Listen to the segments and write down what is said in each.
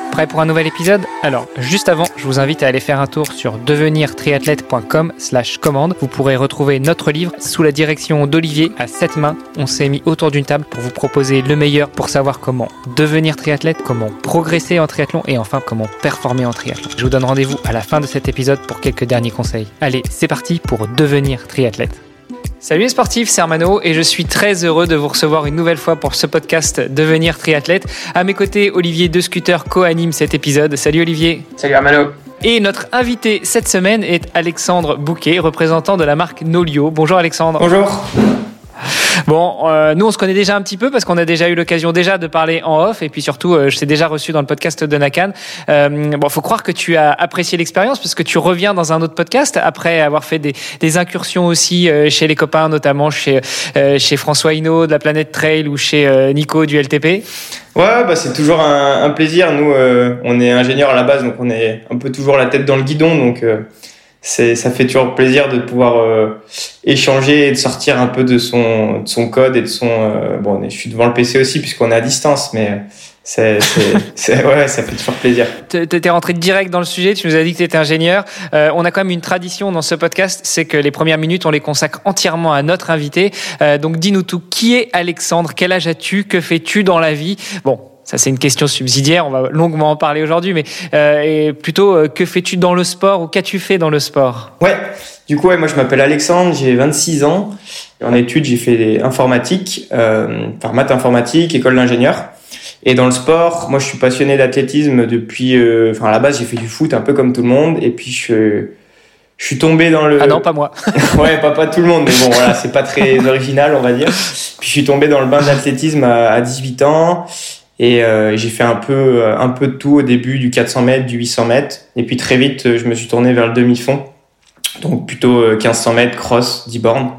Prêt pour un nouvel épisode ? Alors, juste avant, je vous invite à aller faire un tour sur devenirtriathlète.com/commande. Vous pourrez retrouver notre livre sous la direction d'Olivier à 7 mains. On s'est mis autour d'une table pour vous proposer le meilleur pour savoir comment devenir triathlète, comment progresser en triathlon et enfin comment performer en triathlon. Je vous donne rendez-vous à la fin de cet épisode pour quelques derniers conseils. Allez, c'est parti pour devenir triathlète. Salut les sportifs, c'est Armano et je suis très heureux de vous recevoir une nouvelle fois pour ce podcast Devenir triathlète. À mes côtés, Olivier De Scooter co-anime cet épisode. Salut Olivier. Salut Armano. Et notre invité cette semaine est Alexandre Bouquet, représentant de la marque Nolio. Bonjour Alexandre. Bonjour. Bon, nous on se connaît déjà un petit peu parce qu'on a déjà eu l'occasion de parler en off et puis surtout je t'ai déjà reçu dans le podcast de Nakan. Faut croire que tu as apprécié l'expérience parce que tu reviens dans un autre podcast après avoir fait des incursions aussi chez les copains, notamment chez François Hinault de la Planète Trail ou chez Nico du LTP. Ouais, c'est toujours un plaisir. Nous, on est ingénieurs à la base, donc on est un peu toujours la tête dans le guidon, donc ça fait toujours plaisir de pouvoir échanger et de sortir un peu de son code et de son je suis devant le PC aussi puisqu'on est à distance, mais ça fait toujours plaisir. T'es rentré direct dans le sujet, tu nous as dit que tu étais ingénieur. On a quand même une tradition dans ce podcast, c'est que les premières minutes, on les consacre entièrement à notre invité. Donc dis-nous tout, qui est Alexandre ? Quel âge as-tu ? Que fais-tu dans la vie ? Bon, ça c'est une question subsidiaire, on va longuement en parler aujourd'hui, mais et plutôt que fais-tu dans le sport ou qu'as-tu fait dans le sport ? Ouais, du coup moi je m'appelle Alexandre, j'ai 26 ans. En études j'ai fait informatique, maths informatique, école d'ingénieur. Et dans le sport, moi je suis passionné d'athlétisme depuis, à la base j'ai fait du foot un peu comme tout le monde, et puis je suis tombé dans le... Ah non, pas moi. Ouais, pas tout le monde, mais bon voilà, c'est pas très original on va dire. Puis je suis tombé dans le bain d'athlétisme à 18 ans. Et j'ai fait un peu de tout au début, du 400 mètres, du 800 mètres. Et puis très vite, je me suis tourné vers le demi-fond. Donc plutôt 1500 mètres, cross, 10 bornes.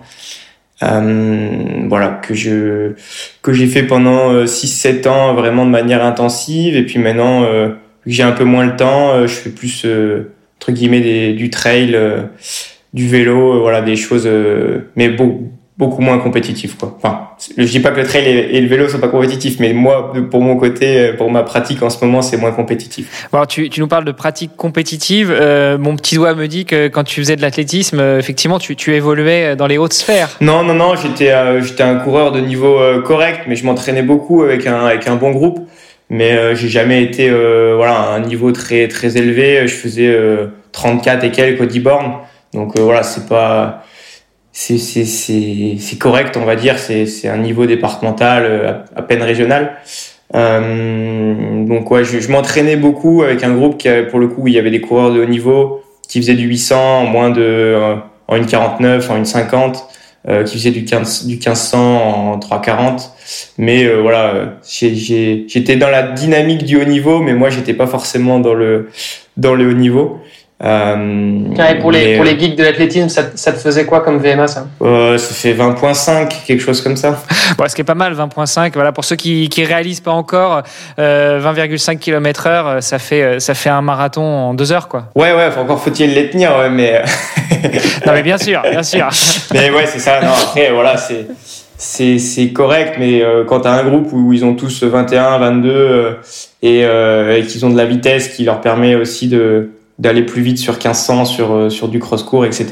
Que j'ai fait pendant 6-7 ans vraiment de manière intensive. Et puis maintenant, vu que j'ai un peu moins le temps, je fais plus, entre guillemets, du trail, du vélo, des choses, mais beaucoup moins compétitif, quoi. Enfin, je dis pas que le trail et le vélo sont pas compétitifs, mais moi, pour mon côté, pour ma pratique en ce moment, c'est moins compétitif. Bon, alors tu nous parles de pratique compétitive. Mon petit doigt me dit que quand tu faisais de l'athlétisme, effectivement, tu évoluais dans les hautes sphères. Non, j'étais un coureur de niveau correct, mais je m'entraînais beaucoup avec un bon groupe. Mais j'ai jamais été à un niveau très très élevé. Je faisais 34 et quelques 10 bornes. Donc c'est pas... C'est correct, on va dire. C'est un niveau départemental, à peine régional. Je m'entraînais beaucoup avec un groupe qui avait, pour le coup, il y avait des coureurs de haut niveau qui faisaient du 800 en 1,49, en 1,50, qui faisaient du 1500 en 3,40. Mais j'étais dans la dynamique du haut niveau, mais moi j'étais pas forcément dans le haut niveau. Pour les geeks de l'athlétisme, ça te faisait quoi comme VMA ça fait 20.5, quelque chose comme ça. Bon, ce qui est pas mal, 20.5. Voilà, pour ceux qui réalisent pas encore, 20,5 km/h, ça fait un marathon en 2 heures, quoi. Ouais, encore faut-il les tenir, ouais, mais. Non, mais bien sûr. Mais ouais, c'est ça. Non, après, c'est correct, mais quand t'as un groupe où ils ont tous 21, 22 et qu'ils ont de la vitesse qui leur permet aussi d'aller plus vite sur 1500, sur du cross-court, etc.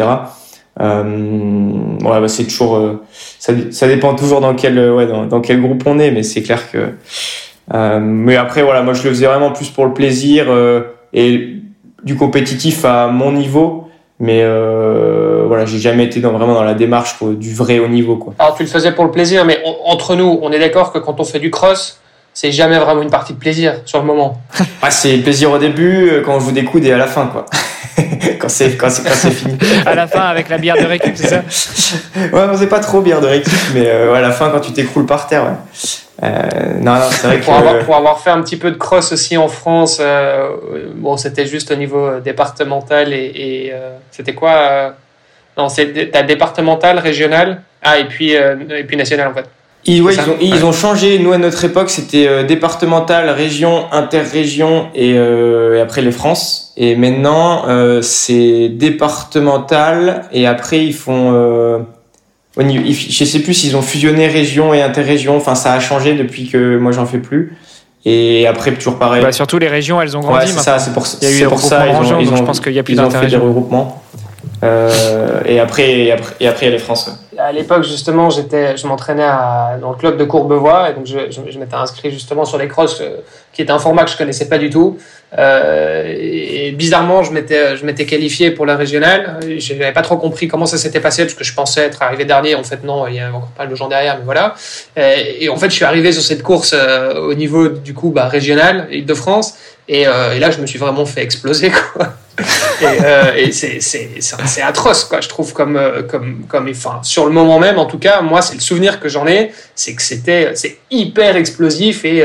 C'est toujours... ça dépend toujours dans quel groupe on est, mais c'est clair que... mais après, moi, je le faisais vraiment plus pour le plaisir et du compétitif à mon niveau. Mais j'ai jamais été vraiment dans la démarche du vrai haut niveau, quoi. Alors, tu le faisais pour le plaisir, mais entre nous, on est d'accord que quand on fait du cross... c'est jamais vraiment une partie de plaisir sur le moment. C'est plaisir au début, quand on joue des coudes et à la fin, quoi. quand c'est fini. À la fin, avec la bière de récup, c'est ça ? Ouais, c'est pas trop bière de récup, mais à la fin, quand tu t'écroules par terre, ouais. C'est vrai pour avoir fait un petit peu de cross aussi en France, c'était juste au niveau départemental et c'était quoi t'as départemental, régional, et puis national en fait. Ils ont changé. Nous, à notre époque, c'était départemental, région, interrégion et après les France. Et maintenant, c'est départemental et après ils font... je sais plus s'ils ont fusionné région et interrégion. Enfin, ça a changé depuis que moi, j'en fais plus. Et après, toujours pareil. Bah, surtout les régions, elles ont grandi. Ouais, c'est maintenant. ça, c'est Il y a eu les regroupements de régions, donc je pense qu'il y a plus d'intérêt. Ils ont fait des regroupements. Et après, il y a les France. À l'époque, justement, je m'entraînais dans le club de Courbevoie, et donc je m'étais inscrit justement sur les crosses, qui est un format que je connaissais pas du tout. Et bizarrement, je m'étais qualifié pour la régionale. Je n'avais pas trop compris comment ça s'était passé, parce que je pensais être arrivé dernier. En fait, non, il y a encore pas mal de gens derrière, mais voilà. Et en fait, je suis arrivé sur cette course au niveau du coup régional, Île-de-France, et là, je me suis vraiment fait exploser, quoi. Et c'est atroce, quoi, je trouve, enfin, sur le moment même, en tout cas, moi, c'est le souvenir que j'en ai, c'est que c'est hyper explosif, et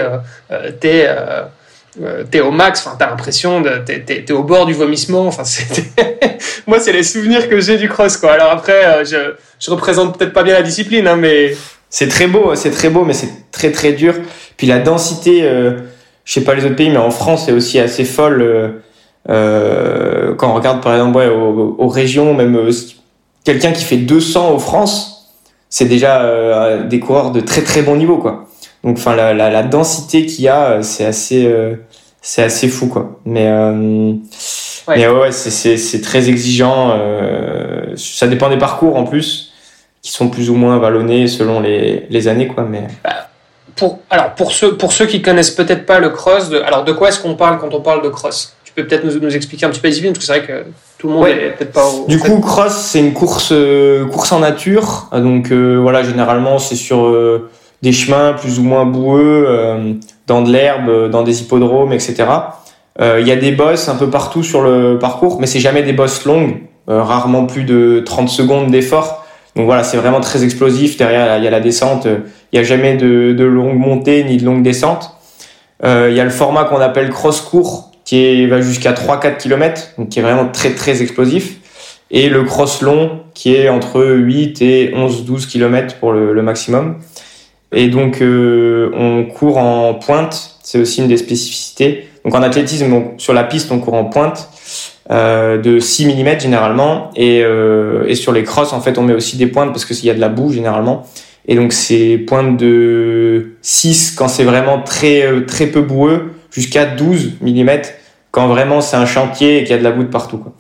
t'es au max, enfin, t'as l'impression t'es au bord du vomissement, enfin, moi, c'est les souvenirs que j'ai du cross, quoi. Alors après, je représente peut-être pas bien la discipline, hein, mais c'est très beau, mais c'est très très dur. Puis la densité, je sais pas les autres pays, mais en France, c'est aussi assez folle. Quand on regarde par exemple aux régions, même quelqu'un qui fait 200 aux France, c'est déjà des coureurs de très très bon niveau, quoi. Donc enfin la densité qu'il y a, c'est assez fou, quoi. Mais ouais, c'est très exigeant. Ça dépend des parcours en plus, qui sont plus ou moins vallonnés selon les années, quoi. Mais pour ceux qui connaissent peut-être pas le cross, de quoi est-ce qu'on parle quand on parle de cross? Tu peux peut-être nous expliquer un petit peu les disciplines, parce que c'est vrai que tout le monde est peut-être pas Du coup, cross, c'est une course en nature. Donc voilà, généralement, c'est sur des chemins plus ou moins boueux, dans de l'herbe, dans des hippodromes, etc. Il y a des bosses un peu partout sur le parcours, mais c'est jamais des bosses longues, rarement plus de 30 secondes d'effort. Donc voilà, c'est vraiment très explosif. Derrière, il y a la descente. Il y a jamais de longue montée ni de longue descente. Il y a le format qu'on appelle cross court, qui va jusqu'à 3-4 km, donc qui est vraiment très très explosif, et le cross long qui est entre 8 et 11-12 km pour le maximum. Et donc on court en pointe, c'est aussi une des spécificités. Donc en athlétisme, sur la piste, on court en pointe de 6 mm généralement, et sur les crosses, en fait, on met aussi des pointes parce qu'il y a de la boue généralement. Et donc c'est pointe de 6 quand c'est vraiment très très peu boueux, jusqu'à 12 mm quand vraiment c'est un chantier et qu'il y a de la boue de partout, quoi.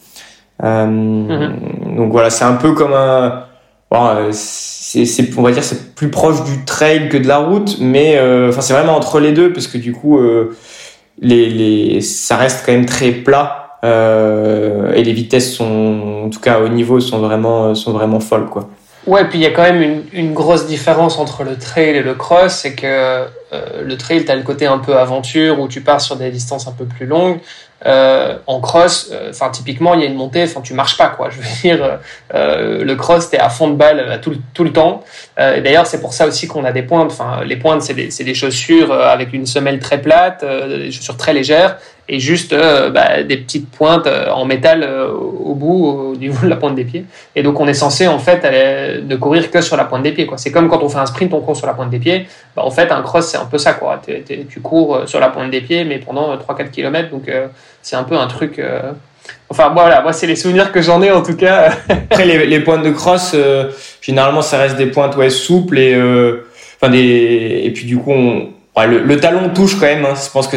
Donc voilà, c'est un peu comme un... Bon, on va dire c'est plus proche du trail que de la route, mais enfin c'est vraiment entre les deux, parce que du coup ça reste quand même très plat, et les vitesses sont, en tout cas au niveau, sont vraiment folles, quoi. Ouais, puis il y a quand même une grosse différence entre le trail et le cross, c'est que le trail, t'as le côté un peu aventure où tu pars sur des distances un peu plus longues. En cross, enfin typiquement, il y a une montée, enfin tu marches pas, quoi. Je veux dire, le cross, t'es à fond de balle tout le temps. Et d'ailleurs, c'est pour ça aussi qu'on a des pointes. Enfin, les pointes, c'est des chaussures avec une semelle très plate, des chaussures très légères, et juste des petites pointes en métal au bout, au niveau de la pointe des pieds. Et donc on est censé en fait ne courir que sur la pointe des pieds, quoi. C'est comme quand on fait un sprint, on court sur la pointe des pieds. En fait, un cross, c'est un peu ça, quoi. Tu cours sur la pointe des pieds, mais pendant 3-4 km, donc c'est un peu un truc... Enfin voilà, moi c'est les souvenirs que j'en ai, en tout cas. Après les pointes de cross, généralement ça reste des pointes souples, et et puis du coup le talon touche quand même, hein. Je pense que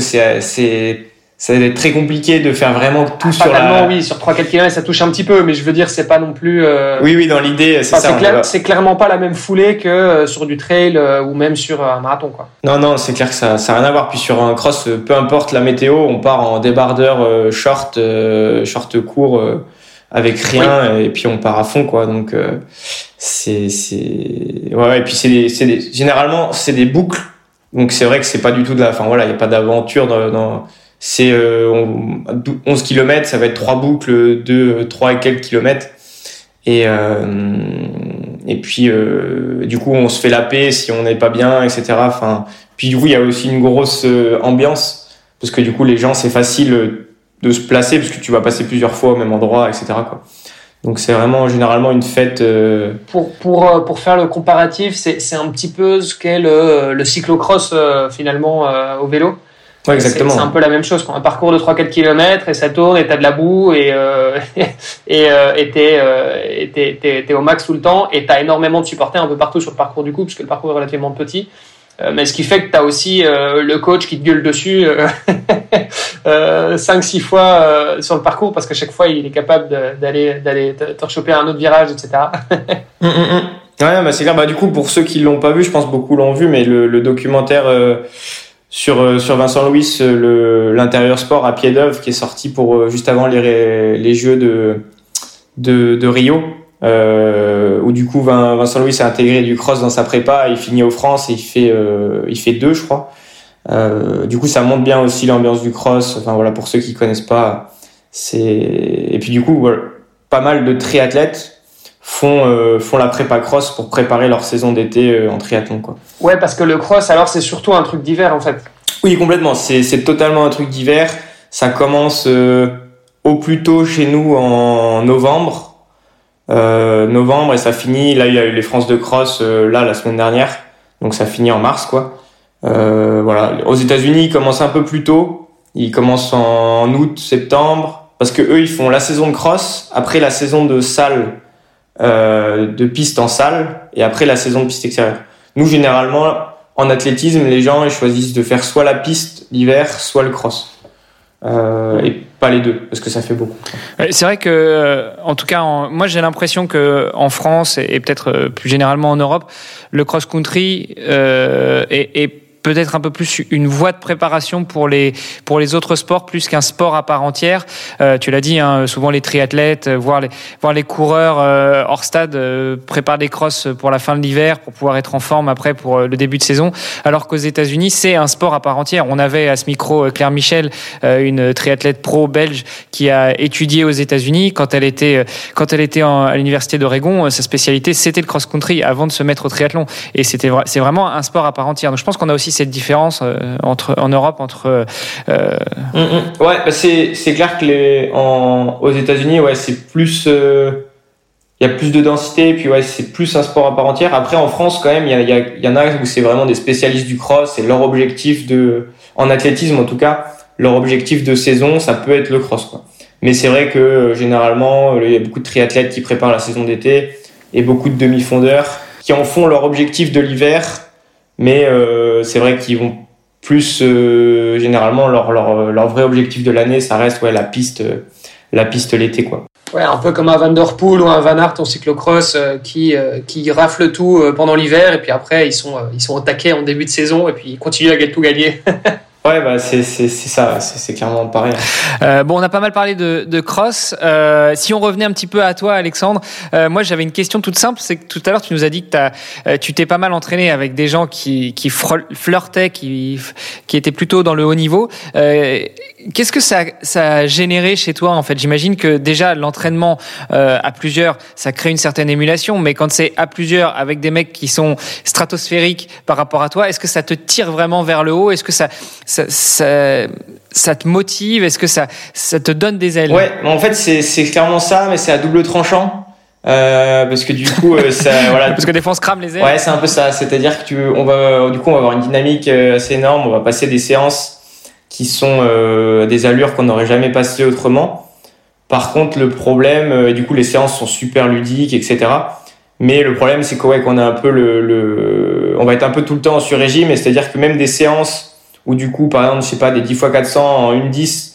ça va être très compliqué de faire vraiment tout sur oui, sur 3-4 km ça touche un petit peu, mais je veux dire, c'est pas non plus oui, dans l'idée, c'est ça. C'est clairement pas la même foulée que sur du trail ou même sur un marathon, quoi. Non, c'est clair que ça n'a rien à voir. Puis sur un cross, peu importe la météo, on part en débardeur short court, avec rien, oui. Et puis on part à fond, quoi. Donc ouais, et puis généralement c'est des boucles. Donc c'est vrai que c'est pas du tout il y a pas d'aventure dans c'est 11 km, ça va être 3 boucles de 3 et quelques kilomètres, et puis du coup on se fait la paix si on n'est pas bien, etc. Puis du coup il y a aussi une grosse ambiance, parce que du coup les gens, c'est facile de se placer parce que tu vas passer plusieurs fois au même endroit, etc., quoi. Donc c'est vraiment généralement une fête. Pour faire le comparatif, c'est un petit peu ce qu'est le cyclocross finalement au vélo. Ouais, exactement. C'est un peu la même chose, quoi. Un parcours de 3-4 km et ça tourne et t'as de la boue et t'es au max tout le temps, et t'as énormément de supporters un peu partout sur le parcours du coup, parce que le parcours est relativement petit. Mais ce qui fait que tu as aussi le coach qui te gueule dessus 5-6 fois sur le parcours parce qu'à chaque fois il est capable d'aller te choper un autre virage, etc. Ouais, bah c'est clair. Bah du coup, pour ceux qui l'ont pas vu, je pense beaucoup l'ont vu, mais le documentaire sur Vincent Louis, l'intérieur sport à pied d'œuvre, qui est sorti pour juste avant les Jeux de Rio, où du coup Vincent Louis a intégré du cross dans sa prépa, il finit aux France et il fait 2, je crois. Du coup, ça montre bien aussi l'ambiance du cross. Enfin voilà, pour ceux qui connaissent pas, et puis du coup, voilà, pas mal de triathlètes font la prépa cross pour préparer leur saison d'été en triathlon, quoi. Ouais, parce que le cross, alors c'est surtout un truc d'hiver en fait. Oui, complètement. C'est totalement un truc d'hiver. Ça commence au plus tôt chez nous en novembre. Et ça finit. Là, il y a eu les France de cross la semaine dernière, donc ça finit en mars, quoi. Voilà. Aux États-Unis, ils commencent un peu plus tôt. Ils commencent en août, septembre, parce que eux, ils font la saison de cross, après la saison de salle, de piste en salle, et après la saison de piste extérieure. Nous, généralement, en athlétisme, les gens ils choisissent de faire soit la piste l'hiver, soit le cross. Et pas les deux, parce que ça fait beaucoup. C'est vrai que, en tout cas, moi j'ai l'impression que en France et peut-être plus généralement en Europe, le cross-country est peut-être un peu plus une voie de préparation pour les autres sports plus qu'un sport à part entière. Tu l'as dit, hein, souvent les triathlètes, voire les coureurs hors stade préparent des crosses pour la fin de l'hiver pour pouvoir être en forme après pour le début de saison. Alors qu'aux États-Unis, c'est un sport à part entière. On avait à ce micro Claire Michel, une triathlète pro belge qui a étudié aux États-Unis quand elle était à l'université d'Oregon. Sa spécialité c'était le cross-country avant de se mettre au triathlon. Et c'est vraiment un sport à part entière. Donc je pense qu'on a aussi cette différence en Europe entre. Ouais, bah c'est clair que aux États-Unis, ouais, c'est plus. Il y a plus de densité, et puis ouais, c'est plus un sport à part entière. Après, en France, quand même, il y en a où c'est vraiment des spécialistes du cross, et leur objectif en athlétisme en tout cas, leur objectif de saison, ça peut être le cross, quoi. Mais c'est vrai que généralement, il y a beaucoup de triathlètes qui préparent la saison d'été et beaucoup de demi-fondeurs qui en font leur objectif de l'hiver. Mais c'est vrai qu'ils vont plus généralement leur vrai objectif de l'année, ça reste la piste l'été, quoi. Ouais, un peu comme un Van Der Poel ou un Van Aert en cyclocross qui rafle tout pendant l'hiver et puis après ils sont au taquet en début de saison et puis ils continuent à tout gagner. Ouais, bah c'est ça, c'est clairement pareil. Bon, on a pas mal parlé de cross. Si on revenait un petit peu à toi, Alexandre, moi j'avais une question toute simple, c'est que tout à l'heure tu nous as dit que tu t'es pas mal entraîné avec des gens qui flirtaient, qui étaient plutôt dans le haut niveau. Qu'est-ce que ça a généré chez toi en fait? J'imagine que déjà l'entraînement à plusieurs, ça crée une certaine émulation, mais quand c'est à plusieurs avec des mecs qui sont stratosphériques par rapport à toi, est-ce que ça te tire vraiment vers le haut? Est-ce que ça te motive? Est-ce que ça te donne des ailes? Ouais, en fait c'est clairement ça, mais c'est à double tranchant. Parce que du coup ça voilà, parce que des fois on se crame les ailes. Ouais, c'est un peu ça, c'est-à-dire que on va avoir une dynamique assez énorme, on va passer des séances qui sont des allures qu'on n'aurait jamais passées autrement. Par contre, le problème, du coup les séances sont super ludiques, etc. Mais le problème c'est qu'on a un peu on va être un peu tout le temps en sur-régime, et c'est-à-dire que même des séances où du coup par exemple, je sais pas, des 10x400 en 1-10,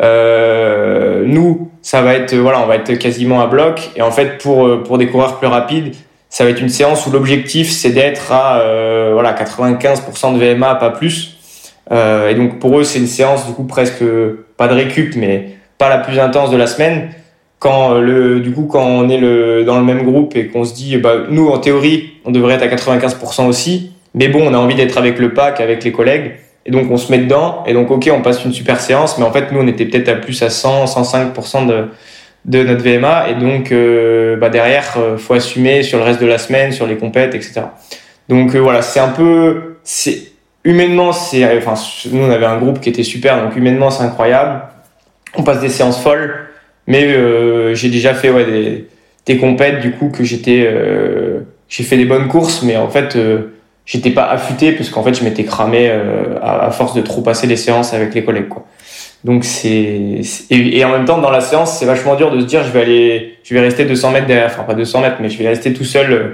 nous ça va être on va être quasiment à bloc, et en fait pour des coureurs plus rapides, ça va être une séance où l'objectif c'est d'être à 95% de VMA, pas plus. Et donc pour eux c'est une séance du coup presque pas de récup, mais pas la plus intense de la semaine. Quand on est dans le même groupe et qu'on se dit nous en théorie on devrait être à 95% aussi, mais bon on a envie d'être avec le pack, avec les collègues, et donc on se met dedans, et donc on passe une super séance, mais en fait nous on était peut-être à plus à 100-105% de notre VMA, et donc derrière faut assumer sur le reste de la semaine, sur les compètes, etc. Donc humainement nous on avait un groupe qui était super, donc humainement c'est incroyable, on passe des séances folles, mais j'ai déjà fait des compètes du coup que j'ai fait des bonnes courses, mais en fait j'étais pas affûté parce qu'en fait je m'étais cramé à force de trop passer les séances avec les collègues, quoi. Donc et en même temps dans la séance c'est vachement dur de se dire je vais rester 200 mètres derrière, enfin pas 200 mètres, mais je vais rester tout seul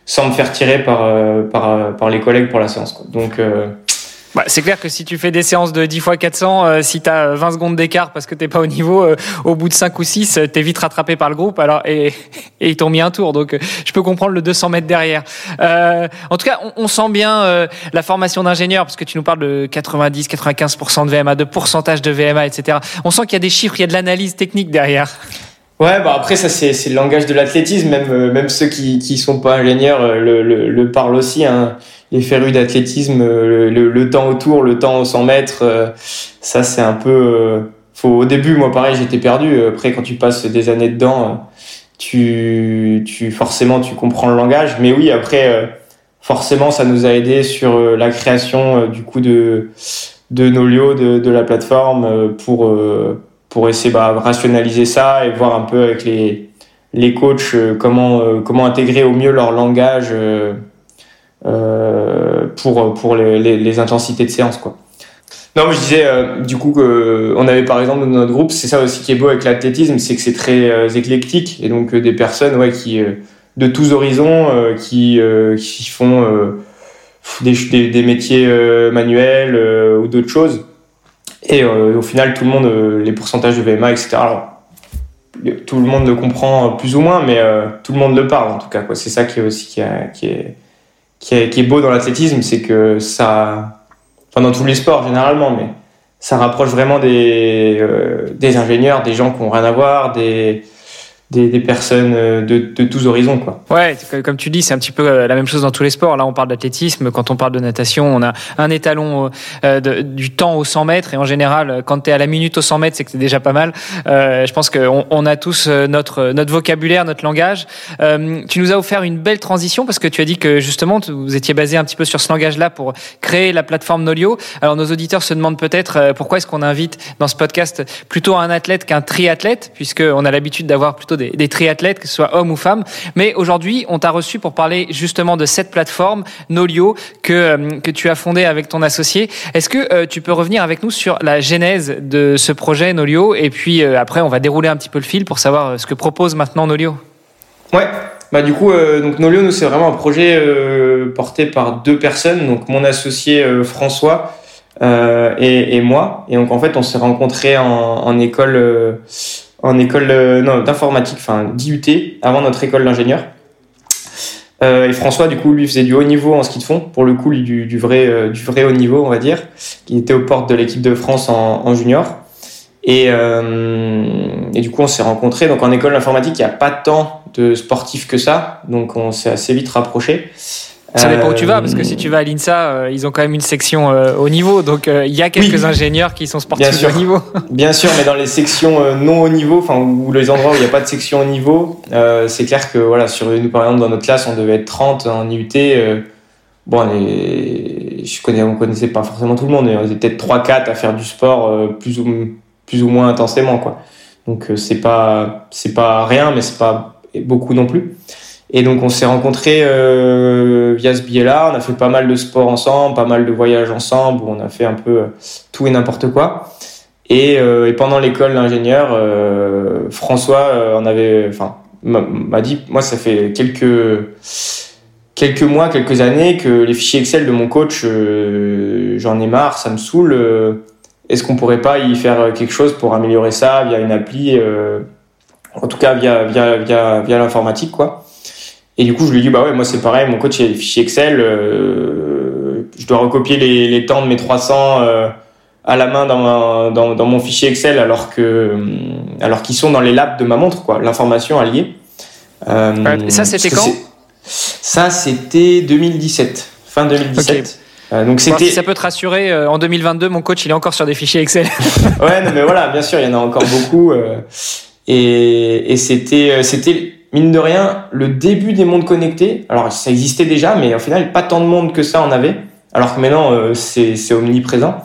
sans me faire tirer par les collègues pour la séance, quoi. Donc c'est clair que si tu fais des séances de 10 x 400, si tu as 20 secondes d'écart parce que t'es pas au niveau, au bout de 5 ou 6, t'es vite rattrapé par le groupe. Alors et ils t'ont mis un tour, donc je peux comprendre le 200 mètres derrière. En tout cas, on sent bien la formation d'ingénieur, parce que tu nous parles de 90-95% de VMA, de pourcentage de VMA, etc. On sent qu'il y a des chiffres, il y a de l'analyse technique derrière. Ouais, après ça c'est le langage de l'athlétisme, même ceux qui sont pas ingénieurs le parlent aussi, hein. Les férus d'athlétisme, le temps autour, le temps aux 100 mètres, ça c'est un peu au début, moi pareil, j'étais perdu. Après quand tu passes des années dedans, tu forcément tu comprends le langage, mais oui, après forcément ça nous a aidé sur la création du coup de Nolio, de la plateforme, pour essayer rationaliser ça et voir un peu avec les coachs comment intégrer au mieux leur langage pour les intensités de séance, quoi. Non, mais je disais du coup on avait par exemple dans notre groupe, c'est ça aussi qui est beau avec l'athlétisme, c'est que c'est très éclectique, et donc des personnes qui de tous horizons qui font des métiers manuels ou d'autres choses. Et au final, tout le monde, les pourcentages de VMA, etc. Alors, tout le monde le comprend plus ou moins, mais tout le monde le parle en tout cas, quoi. C'est ça qui est aussi qui est beau dans l'athlétisme, c'est que ça, dans tous les sports généralement, mais ça rapproche vraiment des ingénieurs, des gens qui n'ont rien à voir, des personnes de tous horizons, quoi. Ouais, comme tu dis, c'est un petit peu la même chose dans tous les sports. Là, on parle d'athlétisme. Quand on parle de natation, on a un étalon du temps aux 100 mètres. Et en général, quand tu es à la minute aux 100 mètres, c'est que c'est déjà pas mal. Je pense qu'on a tous notre vocabulaire, notre langage. Tu nous as offert une belle transition parce que tu as dit que justement, vous étiez basé un petit peu sur ce langage-là pour créer la plateforme Nolio. Alors, nos auditeurs se demandent peut-être pourquoi est-ce qu'on invite dans ce podcast plutôt un athlète qu'un triathlète, puisqu'on a l'habitude d'avoir plutôt des triathlètes, que ce soit hommes ou femmes. Mais aujourd'hui, on t'a reçu pour parler justement de cette plateforme Nolio que tu as fondée avec ton associé. Est-ce que tu peux revenir avec nous sur la genèse de ce projet Nolio, et puis après on va dérouler un petit peu le fil pour savoir ce que propose maintenant Nolio. Ouais, du coup donc Nolio, nous c'est vraiment un projet porté par deux personnes, donc mon associé François et moi. Et donc en fait on s'est rencontrés en école d'informatique, d'IUT, avant notre école d'ingénieur. Et François, du coup, lui faisait du haut niveau en ski de fond, pour le coup, lui, du vrai haut niveau, on va dire, qui était aux portes de l'équipe de France en junior. Et du coup, on s'est rencontrés. Donc en école d'informatique, il n'y a pas tant de sportifs que ça, donc on s'est assez vite rapprochés. Ça dépend où tu vas, parce que si tu vas à l'INSA, ils ont quand même une section haut niveau, donc il y a quelques ingénieurs qui sont sportifs de haut niveau. Bien sûr, mais dans les sections non haut niveau, ou les endroits où il n'y a pas de section haut niveau, c'est clair que voilà, nous par exemple dans notre classe, on devait être 30 en IUT. On connaissait pas forcément tout le monde, mais on était peut-être 3-4 à faire du sport plus ou moins intensément, quoi. Donc c'est pas rien, mais c'est pas beaucoup non plus. Et donc on s'est rencontrés via ce biais-là. On a fait pas mal de sports ensemble, pas mal de voyages ensemble, où on a fait un peu tout et n'importe quoi. Et pendant l'école d'ingénieur, François m'a dit, moi ça fait quelques mois, quelques années que les fichiers Excel de mon coach, j'en ai marre, ça me saoule. Est-ce qu'on pourrait pas y faire quelque chose pour améliorer ça via une appli, en tout cas via l'informatique, quoi. Et du coup, je lui ai dit, moi c'est pareil, mon coach il a des fichiers Excel, je dois recopier les temps de mes 300 à la main dans mon fichier Excel alors qu'ils sont dans les labs de ma montre, quoi, l'information alliée. Ça c'était quand ? Ça c'était 2017, fin 2017. Okay. Donc si ça peut te rassurer, en 2022, mon coach il est encore sur des fichiers Excel. Ouais, non, mais voilà, bien sûr, il y en a encore beaucoup. Et c'était mine de rien, le début des mondes connectés. Alors, ça existait déjà, mais au final, pas tant de monde que ça en avait. Alors que maintenant, c'est omniprésent.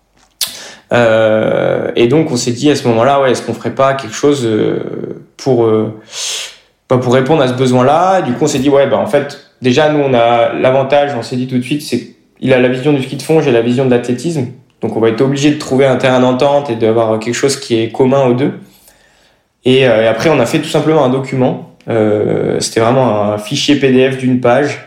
Et donc, on s'est dit à ce moment-là, est-ce qu'on ferait pas quelque chose pour répondre à ce besoin-là? Du coup, on s'est dit, en fait, déjà, nous, on a l'avantage, on s'est dit tout de suite, c'est qu'il a la vision du ski de fond, j'ai la vision de l'athlétisme. Donc, on va être obligé de trouver un terrain d'entente et d'avoir quelque chose qui est commun aux deux. Et après, on a fait tout simplement un document. C'était vraiment un fichier PDF d'une page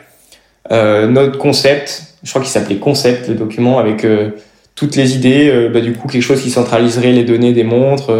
notre concept. Je crois qu'il s'appelait Concept, le document, avec toutes les idées. Du coup, quelque chose qui centraliserait les données des montres,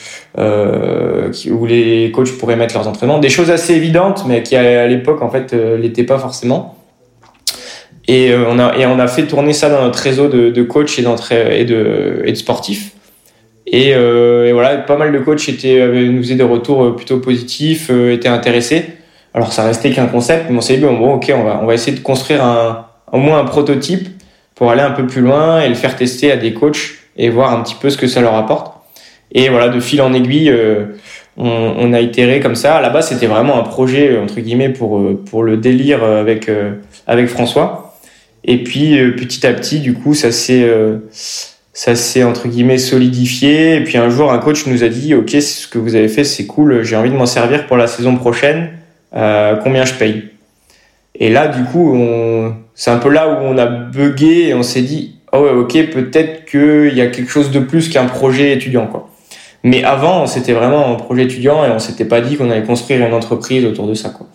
où les coachs pourraient mettre leurs entraînements. Des choses assez évidentes, mais qui à l'époque, en fait, l'étaient pas forcément. Et on a fait tourner ça dans notre réseau de coachs et de sportifs. Et voilà, pas mal de coachs nous faisaient des retours plutôt positifs, étaient intéressés. Alors ça restait qu'un concept, mais on s'est dit bon, ok, on va essayer de construire au moins un prototype pour aller un peu plus loin et le faire tester à des coachs et voir un petit peu ce que ça leur apporte. Et voilà, de fil en aiguille, on a itéré comme ça. À la base, c'était vraiment un projet entre guillemets pour le délire avec François. Et puis petit à petit, du coup, ça s'est entre guillemets solidifié. Et puis un jour, un coach nous a dit ok, ce que vous avez fait, c'est cool, j'ai envie de m'en servir pour la saison prochaine. Combien je paye? Et là, du coup, c'est un peu là où on a bugué et on s'est dit ah ouais, ok, peut-être qu'il y a quelque chose de plus qu'un projet étudiant, quoi. Mais avant, c'était vraiment un projet étudiant et on s'était pas dit qu'on allait construire une entreprise autour de ça, quoi.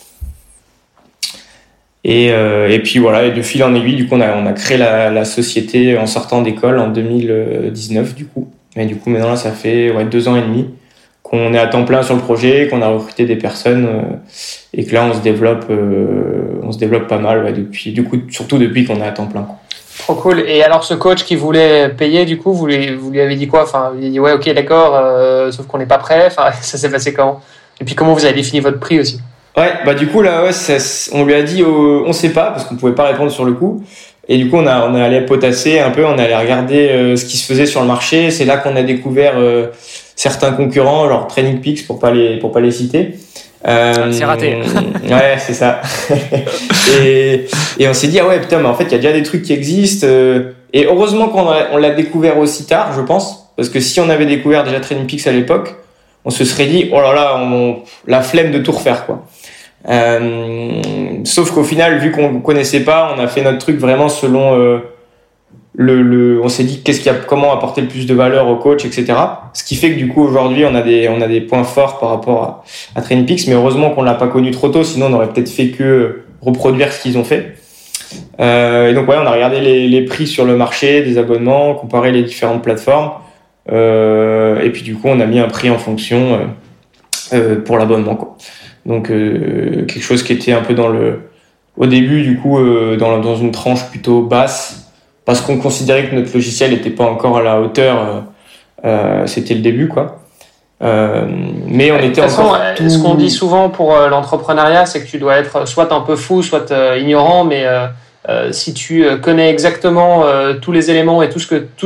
Et puis voilà, et de fil en aiguille, du coup, on a créé la société en sortant d'école en 2019, du coup. Mais du coup, maintenant, là, ça fait 2 ans et demi qu'on est à temps plein sur le projet, qu'on a recruté des personnes et que là, on se développe pas mal depuis, du coup, surtout depuis qu'on est à temps plein, quoi. Trop cool. Et alors, ce coach qui voulait payer, du coup, vous lui avez dit quoi? Enfin, il a dit ouais, ok, d'accord, sauf qu'on n'est pas prêt. Enfin, ça s'est passé comment? Et puis, comment vous avez défini votre prix aussi? Ouais, du coup, là, on lui a dit, on sait pas, parce qu'on pouvait pas répondre sur le coup. Et du coup, on est allé potasser un peu, on est allé regarder ce qui se faisait sur le marché. C'est là qu'on a découvert certains concurrents, genre Training Peaks pour pas les citer. C'est raté. Ouais, c'est ça. et on s'est dit ah ouais putain, mais en fait il y a déjà des trucs qui existent. Et heureusement qu'on l'a découvert aussi tard, je pense, parce que si on avait découvert déjà Training Peaks à l'époque, on se serait dit oh là là, la flemme de tout refaire, quoi. Sauf qu'au final, vu qu'on connaissait pas, on a fait notre truc vraiment selon on s'est dit comment apporter le plus de valeur au coach, etc. Ce qui fait que du coup aujourd'hui on a des points forts par rapport à Training Peaks, mais heureusement qu'on l'a pas connu trop tôt, sinon on aurait peut-être fait que reproduire ce qu'ils ont fait. Et donc on a regardé les prix sur le marché des abonnements, comparé les différentes plateformes, et puis du coup on a mis un prix en fonction pour l'abonnement, quoi. Donc quelque chose qui était un peu au début du coup dans une tranche plutôt basse, parce qu'on considérait que notre logiciel n'était pas encore à la hauteur. C'était le début, quoi. Mais on était encore ce qu'on dit souvent pour l'entrepreneuriat, c'est que tu dois être soit un peu fou, soit ignorant, mais si tu connais exactement tous les éléments et tout ce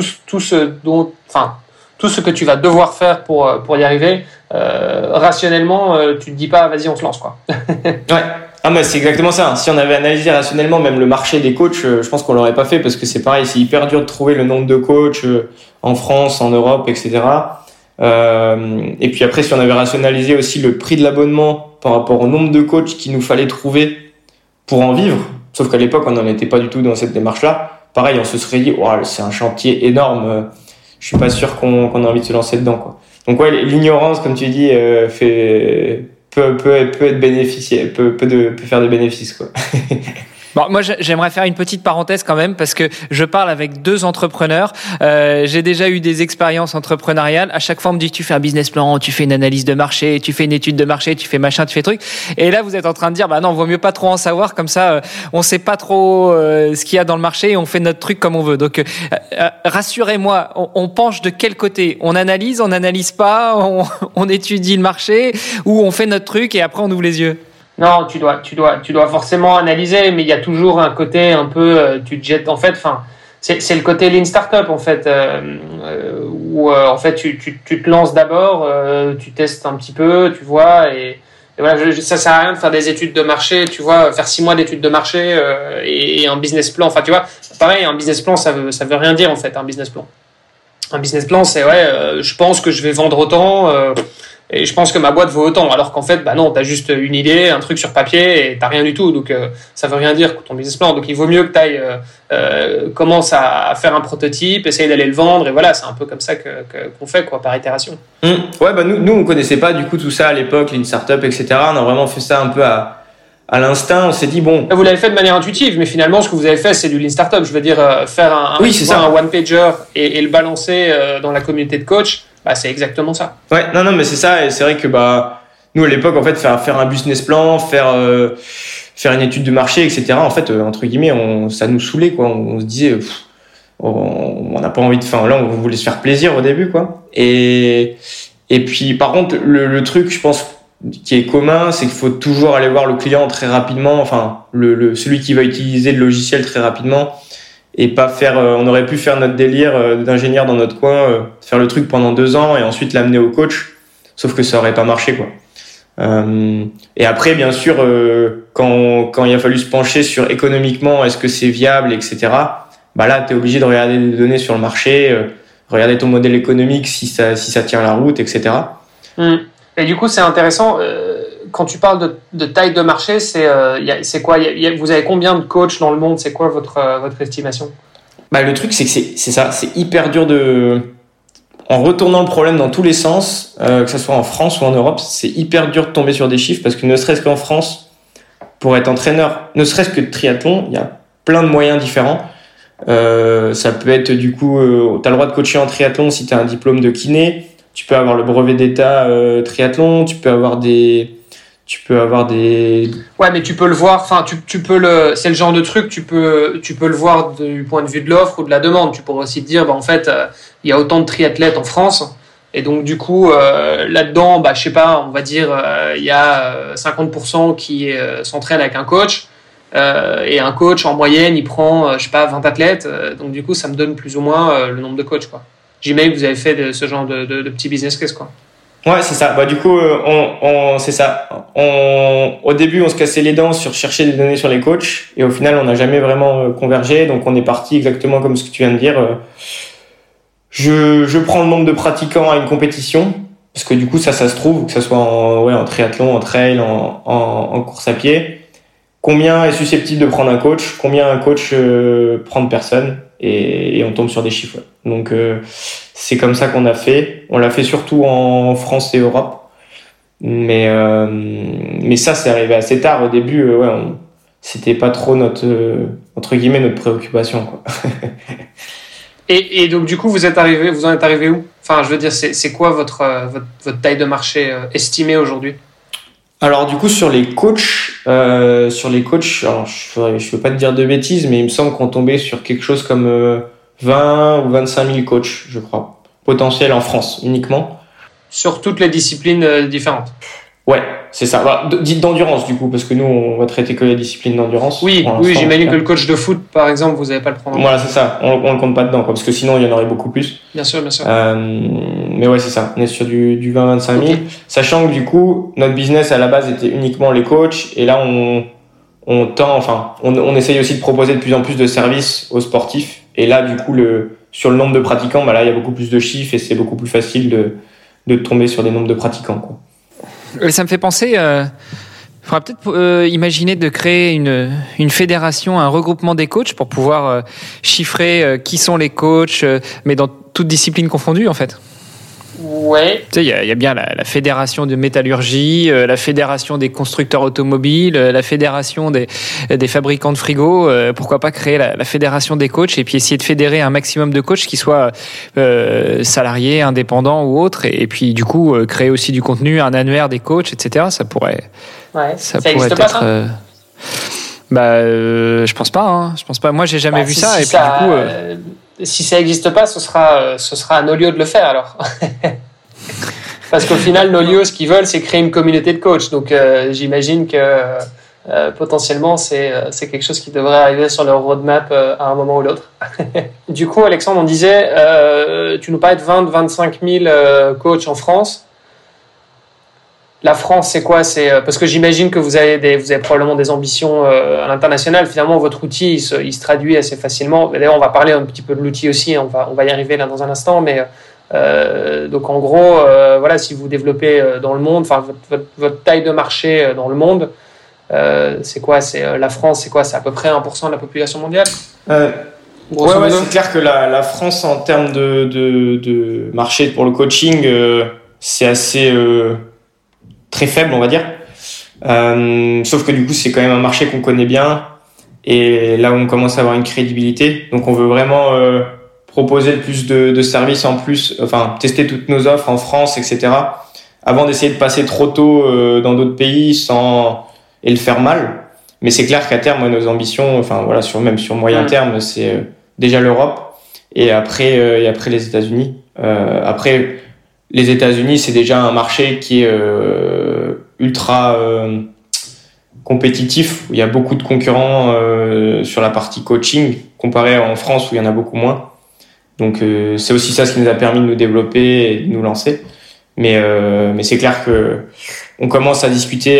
que tu vas devoir faire pour y arriver, rationnellement, tu te dis pas vas-y, on se lance, quoi. Ouais. Ah mais c'est exactement ça. Si on avait analysé rationnellement même le marché des coachs, je pense qu'on l'aurait pas fait, parce que c'est pareil, c'est hyper dur de trouver le nombre de coachs en France, en Europe, etc. Et puis après, si on avait rationalisé aussi le prix de l'abonnement par rapport au nombre de coachs qu'il nous fallait trouver pour en vivre, sauf qu'à l'époque on n'en était pas du tout dans cette démarche-là. Pareil, on se serait dit oh, c'est un chantier énorme. Je suis pas sûr qu'on a envie de se lancer dedans, quoi. Donc ouais, l'ignorance, comme tu dis, peut être bénéficiaire, peut faire des bénéfices, quoi. Bon, moi, j'aimerais faire une petite parenthèse quand même, parce que je parle avec 2 entrepreneurs. J'ai déjà eu des expériences entrepreneuriales. À chaque fois, on me dit tu fais un business plan, tu fais une analyse de marché, tu fais une étude de marché, tu fais machin, tu fais truc. Et là, vous êtes en train de dire bah non, vaut mieux pas trop en savoir, comme ça, on sait pas trop ce qu'il y a dans le marché et on fait notre truc comme on veut. Donc, rassurez-moi, on penche de quel côté? On analyse pas, on étudie le marché, ou on fait notre truc et après on ouvre les yeux? Non, tu dois forcément analyser, mais il y a toujours un côté un peu, tu te jettes, en fait, c'est le côté lean startup, en fait, où en fait tu te lances d'abord, tu testes un petit peu, tu vois, et voilà, ça sert à rien de faire des études de marché, tu vois, faire 6 mois d'études de marché et un business plan, enfin tu vois, pareil, un business plan ça veut rien dire, en fait, un business plan. Un business plan, c'est je pense que je vais vendre autant. Et je pense que ma boîte vaut autant, alors qu'en fait, bah non, t'as juste une idée, un truc sur papier, et t'as rien du tout. Donc, ça veut rien dire ton business plan. Donc, il vaut mieux que t'ailles, commence à faire un prototype, essayer d'aller le vendre, et voilà, c'est un peu comme ça qu'on fait, quoi, par itération. Ouais, bah nous, on connaissait pas du coup tout ça à l'époque, Lean Startup, etc. On a vraiment fait ça un peu à à l'instinct, on s'est dit bon. Vous l'avez fait de manière intuitive, mais finalement, ce que vous avez fait, c'est du Lean Startup. Je veux dire, faire un one-pager et le balancer dans la communauté de coach, c'est exactement ça. Ouais, non, mais c'est ça. Et c'est vrai que nous à l'époque, en fait, faire un business plan, faire une étude de marché, etc. En fait, entre guillemets, ça nous saoulait, quoi. On se disait, on n'a pas envie de. Enfin, là, on voulait se faire plaisir au début, quoi. Et puis, par contre, le truc, je pense, qui est commun, c'est qu'il faut toujours aller voir le client très rapidement, enfin celui qui va utiliser le logiciel très rapidement, et pas faire. On aurait pu faire notre délire d'ingénieur dans notre coin, faire le truc pendant 2 ans et ensuite l'amener au coach, sauf que ça aurait pas marché, quoi. Et après, bien sûr, quand il a fallu se pencher sur économiquement, est-ce que c'est viable, etc. Là, t'es obligé de regarder les données sur le marché, regarder ton modèle économique si ça tient la route, etc. Et du coup, c'est intéressant. Quand tu parles de taille de marché, c'est quoi vous avez combien de coachs dans le monde? C'est quoi votre estimation? Le truc, c'est que c'est ça. C'est hyper dur en retournant le problème dans tous les sens, que ce soit en France ou en Europe, c'est hyper dur de tomber sur des chiffres parce que ne serait-ce qu'en France, pour être entraîneur, ne serait-ce que de triathlon, il y a plein de moyens différents. Ça peut être du coup, t'as le droit de coacher en triathlon si t'as un diplôme de kiné. Tu peux avoir le brevet d'état triathlon, tu peux avoir des. Ouais, mais tu peux le voir. Enfin, tu peux c'est le genre de truc. Tu peux le voir du point de vue de l'offre ou de la demande. Tu pourrais aussi te dire, en fait, il y a autant de triathlètes en France, et donc du coup, là-dedans, je sais pas, on va dire, il y a 50% qui s'entraînent avec un coach, et un coach en moyenne, il prend, je sais pas, 20 athlètes. Donc du coup, ça me donne plus ou moins le nombre de coachs, quoi. J'imagine que vous avez fait ce genre de petit business case, quoi. Ouais, c'est ça. Du coup, c'est ça. Au début, on se cassait les dents sur chercher des données sur les coachs, et au final, on n'a jamais vraiment convergé. Donc, on est parti exactement comme ce que tu viens de dire. Je prends le nombre de pratiquants à une compétition, parce que du coup, ça se trouve, que ça soit en triathlon, en trail, en course à pied. Combien est susceptible de prendre un coach? Combien un coach prend de personnes? Et on tombe sur des chiffres. Donc c'est comme ça qu'on a fait. On l'a fait surtout en France et Europe. Mais ça, c'est arrivé assez tard. Au début, c'était pas trop notre entre guillemets notre préoccupation, quoi. Et donc du coup, vous en êtes arrivé où? Enfin, je veux dire, c'est quoi votre taille de marché estimée aujourd'hui? Alors du coup sur les coachs, alors je veux pas te dire de bêtises, mais il me semble qu'on tombait sur quelque chose comme 20 ou 25 000 coachs, je crois, potentiels en France uniquement. Sur toutes les disciplines différentes. Ouais, c'est ça. Dites d'endurance du coup, parce que nous on va traiter que les disciplines d'endurance. Oui, j'imagine que le coach de foot, par exemple, vous n'allez pas le prendre. Voilà, c'est ça. On le compte pas dedans, quoi, parce que sinon il y en aurait beaucoup plus. Bien sûr. Mais ouais, c'est ça. On est sur du 20-25 000. Okay. Sachant que du coup, notre business à la base était uniquement les coachs, et là on essaye aussi de proposer de plus en plus de services aux sportifs. Et là, du coup, sur le nombre de pratiquants, là il y a beaucoup plus de chiffres et c'est beaucoup plus facile de tomber sur des nombres de pratiquants, quoi. Ça me fait penser, il faudra peut-être imaginer de créer une fédération, un regroupement des coachs pour pouvoir chiffrer qui sont les coachs, mais dans toutes disciplines confondues en fait. Ouais. Tu sais, il y a bien la fédération de métallurgie, la fédération des constructeurs automobiles, la fédération des fabricants de frigos. Pourquoi pas créer la fédération des coachs et puis essayer de fédérer un maximum de coachs qui soient salariés, indépendants ou autres, et puis du coup créer aussi du contenu, un annuaire des coachs, etc. Ça pourrait. Ouais. Ça pourrait être. Pas, ça je pense pas. Moi, j'ai jamais vu ça. Et puis du coup. Si ça n'existe pas, ce sera à Nolio de le faire alors. Parce qu'au final, Nolio, ce qu'ils veulent, c'est créer une communauté de coachs. Donc j'imagine que potentiellement, c'est quelque chose qui devrait arriver sur leur roadmap à un moment ou l'autre. Du coup, Alexandre, on disait, tu nous parlais de 20-25 000 coachs en France. La France, c'est quoi? Parce que j'imagine que vous avez probablement des ambitions à l'international. Finalement, votre outil, il se traduit assez facilement. D'ailleurs, on va parler un petit peu de l'outil aussi. On va y arriver là dans un instant. Mais donc, en gros, si vous développez dans le monde, votre taille de marché dans le monde, c'est quoi? La France, c'est quoi? C'est à peu près 1% de la population mondiale. Ouais, c'est clair que la France, en termes de marché pour le coaching, c'est assez très faible, on va dire. Sauf que du coup, c'est quand même un marché qu'on connaît bien et là où on commence à avoir une crédibilité. Donc, on veut vraiment proposer le plus de services en plus, enfin, tester toutes nos offres en France, etc. avant d'essayer de passer trop tôt dans d'autres pays et le faire mal. Mais c'est clair qu'à terme, nos ambitions, enfin voilà, même sur moyen terme, c'est déjà l'Europe et après les États-Unis. Après, les États-Unis, c'est déjà un marché qui est ultra compétitif, où il y a beaucoup de concurrents sur la partie coaching, comparé en France où il y en a beaucoup moins. Donc c'est aussi ça ce qui nous a permis de nous développer et de nous lancer. Mais c'est clair que on commence à discuter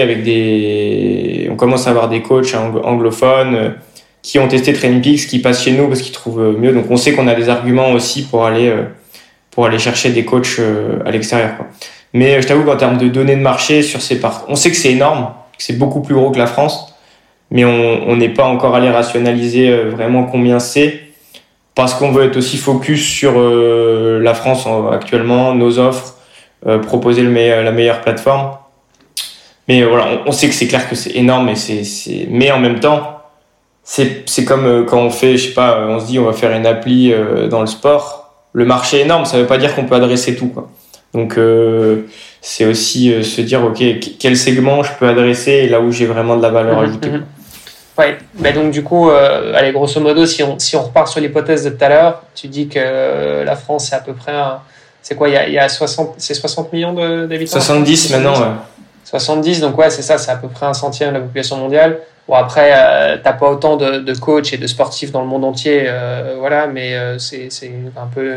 on commence à avoir des coachs anglophones qui ont testé TrainingPeaks, qui passent chez nous parce qu'ils trouvent mieux. Donc on sait qu'on a des arguments aussi pour aller chercher des coachs à l'extérieur, quoi. Mais je t'avoue qu'en termes de données de marché sur on sait que c'est énorme, que c'est beaucoup plus gros que la France, mais on n'est pas encore allé rationaliser vraiment combien c'est, parce qu'on veut être aussi focus sur la France actuellement, nos offres, proposer la meilleure plateforme. Mais voilà, on sait que c'est clair que c'est énorme, mais en même temps, c'est comme quand on fait, je sais pas, on se dit on va faire une appli dans le sport. Le marché est énorme, ça veut pas dire qu'on peut adresser tout, quoi. Donc c'est aussi se dire ok, quel segment je peux adresser et là où j'ai vraiment de la valeur ajoutée. Ouais, bah donc du coup, allez, grosso modo, si on repart sur l'hypothèse de tout à l'heure, tu dis que la France c'est à peu près c'est quoi, il y a 60 millions d'habitants. 70 maintenant, ouais. 70, donc ouais, c'est ça, c'est à peu près 1/100 de la population mondiale. Bon, après, t'as pas autant de coachs et de sportifs dans le monde entier, voilà, mais c'est un peu...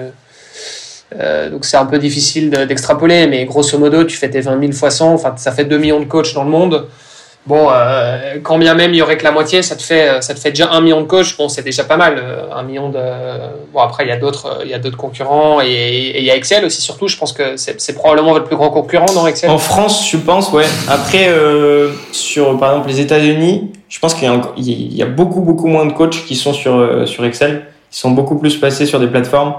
donc c'est un peu difficile d'extrapoler, mais grosso modo, tu fais tes 20 000 fois 100, enfin, ça fait 2 millions de coachs dans le monde. Bon, quand bien même il y aurait que la moitié, ça te fait déjà 1 million de coachs. Bon, c'est déjà pas mal. 1 million de. Bon, après il y a d'autres concurrents et il y a Excel aussi, surtout. Je pense que c'est probablement votre plus grand concurrent dans Excel. En France, je pense, ouais. Après, sur par exemple les États-Unis, je pense qu'il y a beaucoup moins de coachs qui sont sur Excel. Ils sont beaucoup plus passés sur des plateformes.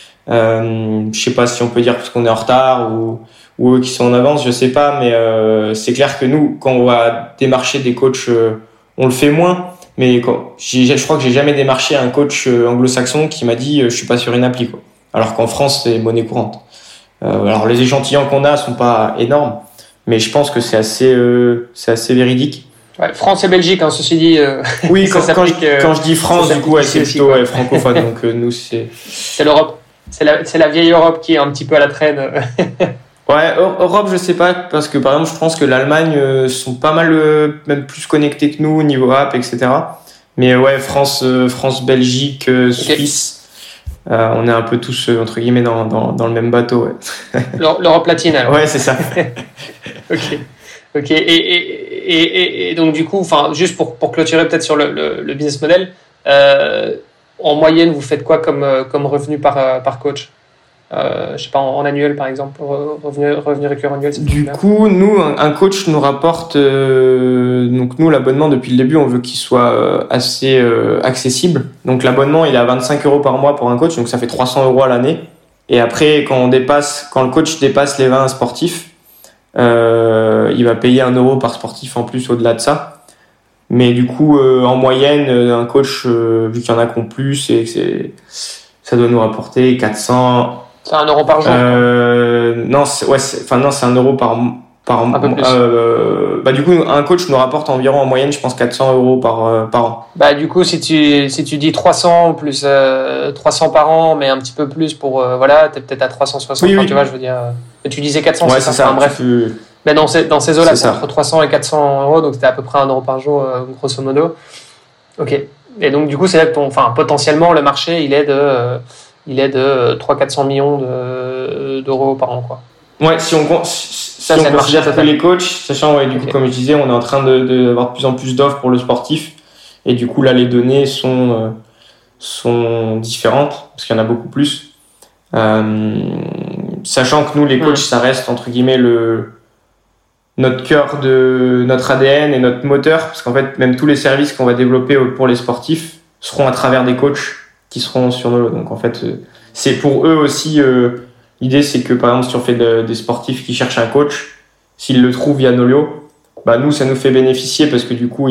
Je sais pas si on peut dire parce qu'on est en retard ou eux qui sont en avance, je sais pas, mais c'est clair que nous, quand on va démarcher des coachs, on le fait moins. Mais je crois que j'ai jamais démarché un coach anglo-saxon qui m'a dit je suis pas sur une appli, quoi. Alors qu'en France, c'est monnaie courante. Alors les échantillons qu'on a sont pas énormes, mais je pense que c'est assez véridique. Ouais, France et Belgique, hein, ceci dit. Oui, quand je dis France, du coup, ouais, c'est plutôt francophone. Donc nous, c'est l'Europe. C'est la vieille Europe qui est un petit peu à la traîne. Ouais, Europe, je sais pas, parce que par exemple, je pense que l'Allemagne sont pas mal, même plus connectés que nous au niveau app, etc. Mais ouais, France, Belgique, Suisse, on est un peu tous entre guillemets dans le même bateau. Ouais. L'Europe latine, alors. Ouais, c'est ça. Ok. Et donc du coup, enfin, juste pour clôturer peut-être sur le business model, en moyenne, vous faites quoi comme revenu par coach? Je sais pas, en annuel par exemple, revenu récurrent annuel. Du coup, nous, un coach nous rapporte, donc nous, l'abonnement depuis le début, on veut qu'il soit assez accessible. Donc l'abonnement, il est à 25 € par mois pour un coach, donc ça fait 300 € à l'année. Et après, quand le coach dépasse les 20 sportifs, il va payer 1 € par sportif en plus au-delà de ça. Mais du coup, en moyenne, un coach, vu qu'il y en a qu'on plus, ça doit nous rapporter 400. C'est 1 € par jour. Non, c'est 1 € par un peu plus. Bah du coup, un coach nous rapporte environ en moyenne, je pense 400 € par an. Bah du coup, si tu dis 300 plus 300 par an, mais un petit peu plus pour voilà, t'es peut-être à 360. Oui. Tu vois, je veux dire. Tu disais 400, ouais, c'est ça. Enfin, bref. Mais dans ces eaux-là, c'est entre 300 et 400 €, donc c'était à peu près 1 € par jour, grosso modo. Ok. Et donc du coup, c'est là que potentiellement le marché, il est de 300-400 millions d'euros par an, quoi. Ouais, si on considère tous les coachs, sachant, ouais, du coup, comme je disais, on est en train d'avoir de plus en plus d'offres pour le sportif. Et du coup, là, les données sont différentes, parce qu'il y en a beaucoup plus. Sachant que nous, les coachs, ça reste, entre guillemets, notre cœur de notre ADN et notre moteur, parce qu'en fait, même tous les services qu'on va développer pour les sportifs seront à travers des coachs qui seront sur nos lots. Donc, en fait, c'est pour eux aussi... l'idée, c'est que, par exemple, si on fait des sportifs qui cherchent un coach, s'ils le trouvent via Nolio, nous, ça nous fait bénéficier parce que du coup,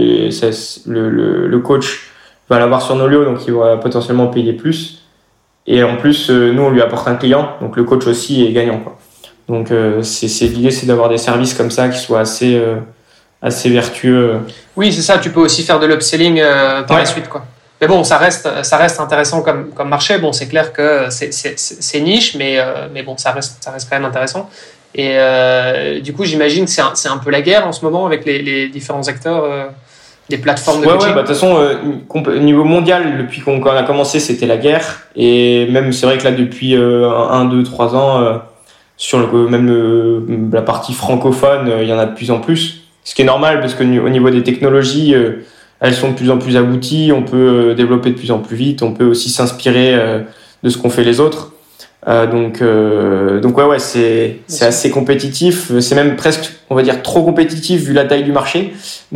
le coach va l'avoir sur nos lieux, donc il va potentiellement payer plus. Et en plus, nous, on lui apporte un client, donc le coach aussi est gagnant, quoi. Donc, l'idée, c'est d'avoir des services comme ça qui soient assez vertueux. Oui, c'est ça. Tu peux aussi faire de l'upselling par la suite, quoi. Mais bon, ça reste intéressant comme marché. Bon, c'est clair que c'est niche, mais bon, ça reste quand même intéressant. Et du coup, j'imagine que c'est un peu la guerre en ce moment avec les différents acteurs des plateformes de coaching. De toute façon, au niveau mondial, depuis qu'on a commencé, c'était la guerre. Et même, c'est vrai que là, depuis 1, 2, 3 ans, sur la partie francophone, il y en a de plus en plus. Ce qui est normal parce que au niveau des technologies, elles sont de plus en plus abouties. On peut développer de plus en plus vite. On peut aussi s'inspirer de ce qu'ont fait les autres. Donc c'est assez compétitif. C'est même presque, on va dire, trop compétitif vu la taille du marché.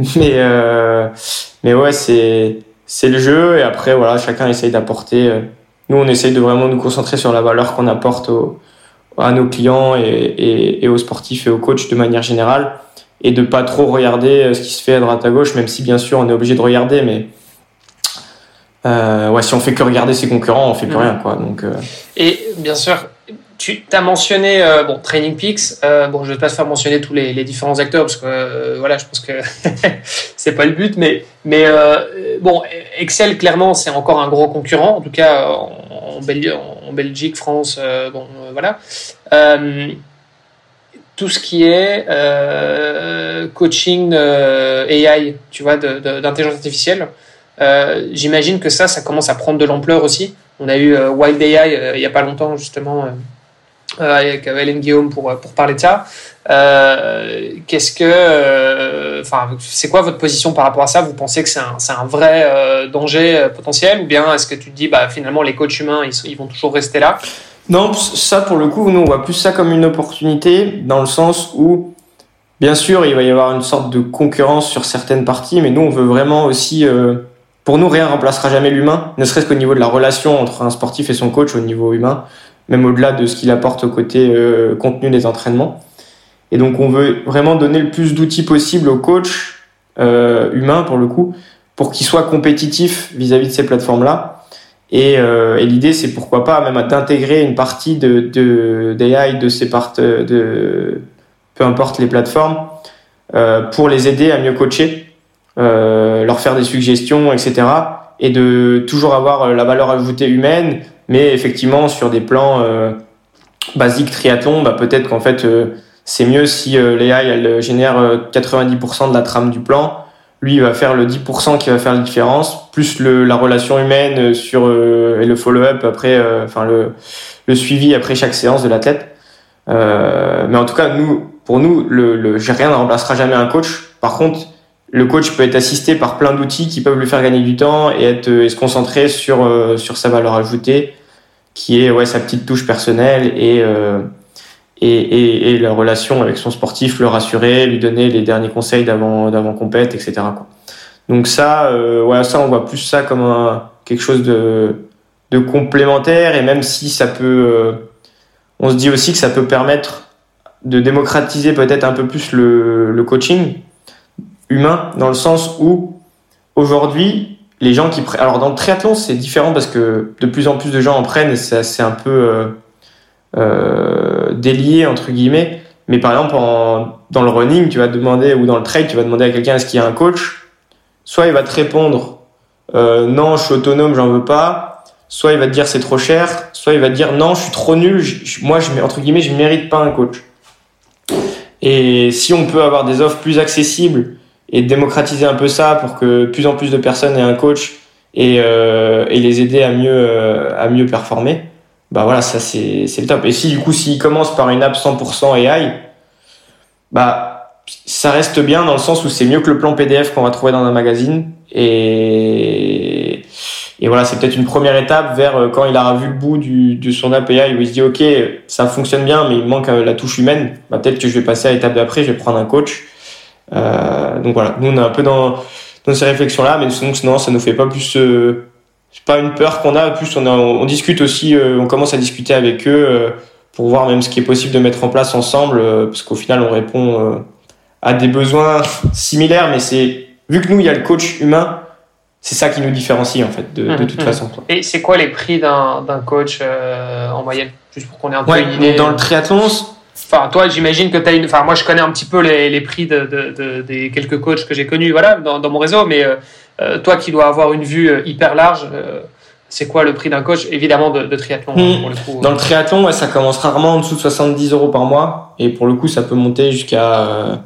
Mais ouais, c'est le jeu. Et après, voilà, chacun essaye d'apporter. Nous, on essaye de vraiment nous concentrer sur la valeur qu'on apporte à nos clients et aux sportifs et aux coachs de manière générale, et de pas trop regarder ce qui se fait à droite à gauche, même si bien sûr on est obligé de regarder, mais si on fait que regarder ses concurrents, on fait plus rien, quoi. Donc Et bien sûr, tu as mentionné Training Peaks. Je vais pas te faire mentionner tous les différents acteurs parce que je pense que c'est pas le but, mais Excel clairement c'est encore un gros concurrent, en tout cas en Belgique, France, voilà. Tout ce qui est coaching AI, tu vois, d'intelligence artificielle, j'imagine que ça commence à prendre de l'ampleur aussi. On a eu Wild AI il y a pas longtemps justement avec Hélène Guillaume pour parler de ça. C'est quoi votre position par rapport à ça? Vous pensez que c'est un vrai danger potentiel, ou bien est-ce que tu te dis finalement les coachs humains ils vont toujours rester là? Non, ça pour le coup, nous on voit plus ça comme une opportunité, dans le sens où, bien sûr, il va y avoir une sorte de concurrence sur certaines parties, mais nous on veut vraiment aussi, pour nous rien remplacera jamais l'humain, ne serait-ce qu'au niveau de la relation entre un sportif et son coach au niveau humain, même au-delà de ce qu'il apporte au côté contenu des entraînements. Et donc on veut vraiment donner le plus d'outils possible au coach humain pour le coup, pour qu'il soit compétitif vis-à-vis de ces plateformes-là. Et l'idée, c'est pourquoi pas même d'intégrer une partie d'AI de ces peu importe les plateformes, pour les aider à mieux coacher, leur faire des suggestions, etc. Et de toujours avoir la valeur ajoutée humaine, mais effectivement sur des plans basiques triathlon, peut-être qu'en fait c'est mieux si l'AI elle génère 90% de la trame du plan. Lui, il va faire le 10% qui va faire la différence, plus la relation humaine et le follow-up après, le suivi après chaque séance de l'athlète. Mais en tout cas, pour nous, rien ne remplacera jamais un coach. Par contre, le coach peut être assisté par plein d'outils qui peuvent lui faire gagner du temps et se concentrer sur sa valeur ajoutée, qui est sa petite touche personnelle et la relation avec son sportif, le rassurer, lui donner les derniers conseils d'avant compète, etc., quoi. Donc ça on voit plus ça comme quelque chose de complémentaire, et même si ça peut, on se dit aussi que ça peut permettre de démocratiser peut-être un peu plus le coaching humain, dans le sens où aujourd'hui les gens alors dans le triathlon c'est différent parce que de plus en plus de gens en prennent et c'est un peu délié entre guillemets, mais par exemple dans le running tu vas demander, ou dans le trail tu vas demander à quelqu'un est-ce qu'il y a un coach, soit il va te répondre non je suis autonome j'en veux pas, soit il va te dire c'est trop cher, soit il va te dire non je suis trop nul, moi entre guillemets je mérite pas un coach. Et si on peut avoir des offres plus accessibles et démocratiser un peu ça pour que plus en plus de personnes aient un coach et les aider à mieux performer, ça c'est le top. Et si du coup s'ils commencent par une app 100% AI, ça reste bien dans le sens où c'est mieux que le plan PDF qu'on va trouver dans un magazine, et voilà, c'est peut-être une première étape vers quand il aura vu le bout de son app AI où il se dit ok ça fonctionne bien mais il manque la touche humaine, peut-être que je vais passer à l'étape d'après, je vais prendre un coach. Donc voilà, nous on est un peu dans ces réflexions là, mais sinon ça nous fait pas plus c'est pas une peur qu'on a, plus on discute aussi, on commence à discuter avec eux pour voir même ce qui est possible de mettre en place ensemble, parce qu'au final on répond a des besoins similaires, mais vu que nous, il y a le coach humain, c'est ça qui nous différencie, en fait, de toute façon. Quoi. Et c'est quoi les prix d'un coach en moyenne? Juste pour qu'on ait un peu une idée. Dans le triathlon, enfin, toi, j'imagine que tu as une. Enfin, moi, je connais un petit peu les prix des quelques coachs que j'ai connus, voilà, dans mon réseau, mais toi qui dois avoir une vue hyper large, c'est quoi le prix d'un coach, évidemment, de triathlon pour le coup. Dans le triathlon, ça commence rarement en dessous de 70 € par mois, et pour le coup, ça peut monter jusqu'à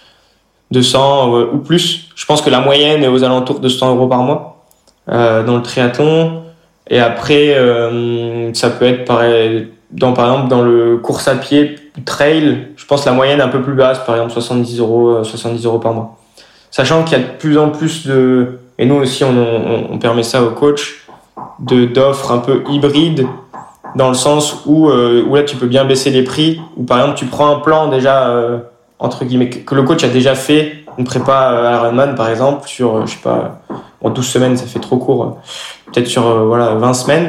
200 ou plus. Je pense que la moyenne est aux alentours de 100 € par mois dans le triathlon. Et après, ça peut être pareil, par exemple dans le course à pied, trail, je pense la moyenne est un peu plus basse, par exemple 70 € par mois. Sachant qu'il y a de plus en plus et nous aussi on permet ça aux coachs, d'offres un peu hybrides, dans le sens où là tu peux bien baisser les prix, ou par exemple tu prends un plan déjà entre guillemets que le coach a déjà fait, une prépa Ironman par exemple sur je sais pas, en 12 semaines ça fait trop court, peut-être sur 20 semaines,